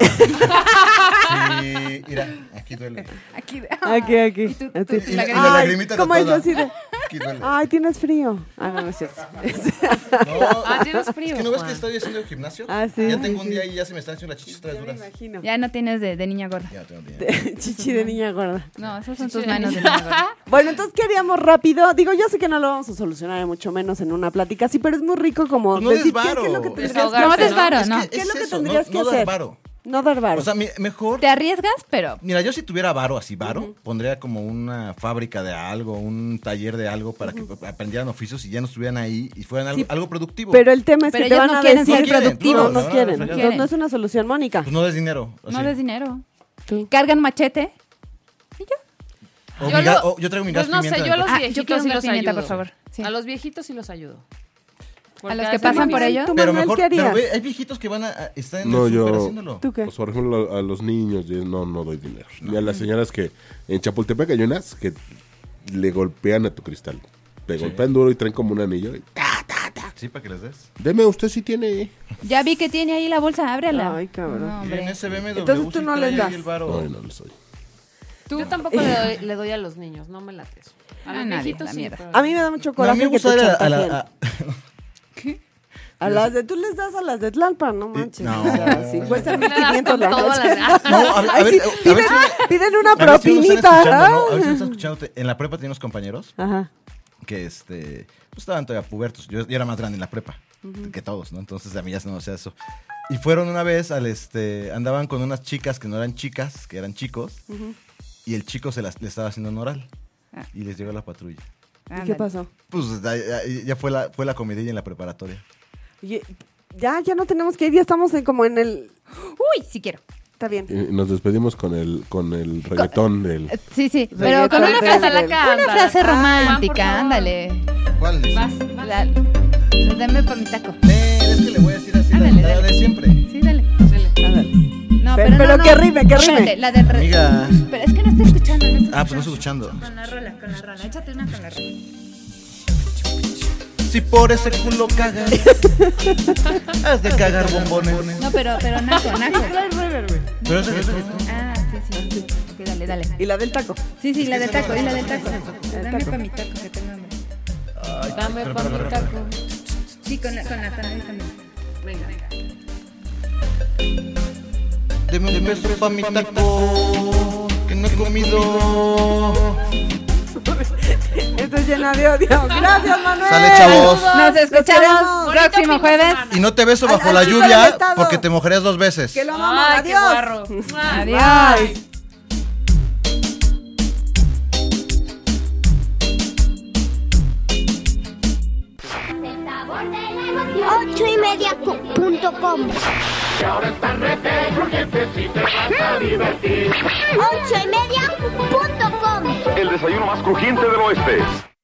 Sí, mira, aquí duele. Aquí, Aquí, aquí. Y tú- A ti. tú- Y la- y la Ay, lagrimita ¿cómo es tatuada. así de? Aquí duele. Ay, tienes frío. Ah, no, no es cierto. No, Ah, tienes frío, Es que no ves Juan. que estoy haciendo gimnasio. Ah, sí, Ya sí, tengo un sí. día y ya se me están haciendo las chichis otra vez Ya me duras. imagino. Ya no tienes de, de niña gorda. Ya tengo día. Chichi de niña gorda. No, esas son Chichi tus de manos de niña. niña gorda. Bueno, entonces, ¿qué haríamos rápido? Digo, yo sé que no lo vamos a solucionar, mucho menos en una plática así, pero es muy rico como Pues no decir, ¿qué, desvaro. qué es lo que tendrías que Desahogarse, No hacer? desvaro, Es no. que ¿Qué es lo que eso, tendrías no, que no dar hacer? varo. No dar varo. O sea, mi- mejor. Te arriesgas, pero Mira, yo si tuviera varo, así varo, pondría como una fábrica de algo, un taller de algo para que aprendieran oficios y ya no estuvieran ahí y fueran algo, Sí, algo productivo. pero el tema es Pero que te ellos van no a quieren decir ser No quieren, productivos. No, no, no no, quieren. no Entonces, quieren. no es una solución, Mónica. Pues no des dinero. no así. des dinero. Tú. Cargan machete. O Yo mi ga- lo- o yo traigo mi gas Pues no pimienta sé, en yo a el los coche. Ah, yo viejitos quiero sí un los pimienta, ayudo. por favor. Sí. A los viejitos sí los ayudo. Porque los a que veces pasan me por dicen, ellos. ¿Tú, Pero Manuel, mejor, qué harías? pero ve, hay viejitos que van a, a- están en No, el súper yo. haciéndolo. ¿Tú qué? Pues, por ejemplo, a los niños, yo no, no doy dinero. Ni a las señoras que en Chapultepec hay unas que le golpean a tu cristal. Te golpean duro y traen como un anillo. y, Sí, para que les des. Deme, usted sí tiene. Ya vi que tiene ahí la bolsa, ábrela. Ay, cabrón. No, Y en hombre. ese B M W Entonces tú sí no trae les ahí das. el varo. No, no le soy. Yo tampoco le doy, le doy a los niños, no me late eso. A A los nadie, viejitos la sí, mierda. pero- A mí me da mucho No, a coraje mí me que te gusta ir a, a la... chantajeen. a- A las de, tú les das a las de Tlalpan, no manches. no. O sea, si cuestan Le mil das quinientos con la todo noche. la- No, a, ver- a Ay, ver, sí, a ver piden, si- piden una a ver si me están propinita. escuchando, ¿no? A ver si me ¿ah? están escuchando. En la prepa teníamos compañeros Ajá. que este, pues estaban todavía pubertos. Yo, yo era más grande en la prepa que todos, ¿no? Entonces a mí ya se no hacía eso. Y fueron una vez al este, andaban con unas chicas que no eran chicas, que eran chicos, y el chico se las, le estaba haciendo un oral. Ah. Y les llegó la patrulla. ¿Y Ándale. qué pasó? Pues ya, ya- ya fue la, fue la comidilla en la preparatoria. Oye, ya, ya no tenemos que ir, ya estamos en- como en el... Uy, sí quiero. Está bien. Y nos despedimos con el, con el reggaetón del. Eh, Sí, sí, pero Reggaetón con una del- frase, del- una frase Ah, Juan, por romántica, favor. ándale. ¿Cuál? Vas, vas. La- Dame por mi taco. Eh, es que le voy a decir así Ándale, la, la dale. de siempre. Sí, dale. Ándale. No, Pero- pero, pero no, que no. rime, que rime. Espérate, la de re- Amiga. Pero es que no estoy escuchando, no estoy Ah, pues no estoy escuchando. Con la rola, con la rola. Échate una con la rola. Si por ese culo cagas, has de cagar bombones. No, pero, pero naco, naco. Pero ese es Ah, sí, sí. Ok, dale, dale. ¿Y la del taco? Sí, sí, la del taco, y la del taco. El Dame taco. para mi taco, que tengo hambre. Dame pa' mi taco. Sí, con la, con la tonadita también. Venga. Deme un beso pa' mi taco, que no he comido. Esto es llena de odio. Gracias, Manuel. Sale, chavos. Nos escuchamos queremos. próximo Bonito fin de jueves. semana. Y no te beso Al- bajo al la chico del lluvia estado. porque te mojarías dos veces. Que lo amamos. Ay, qué Adiós. guarro. Adiós. Ocho y media punto com. Ocho y media punto com. El desayuno más crujiente del oeste.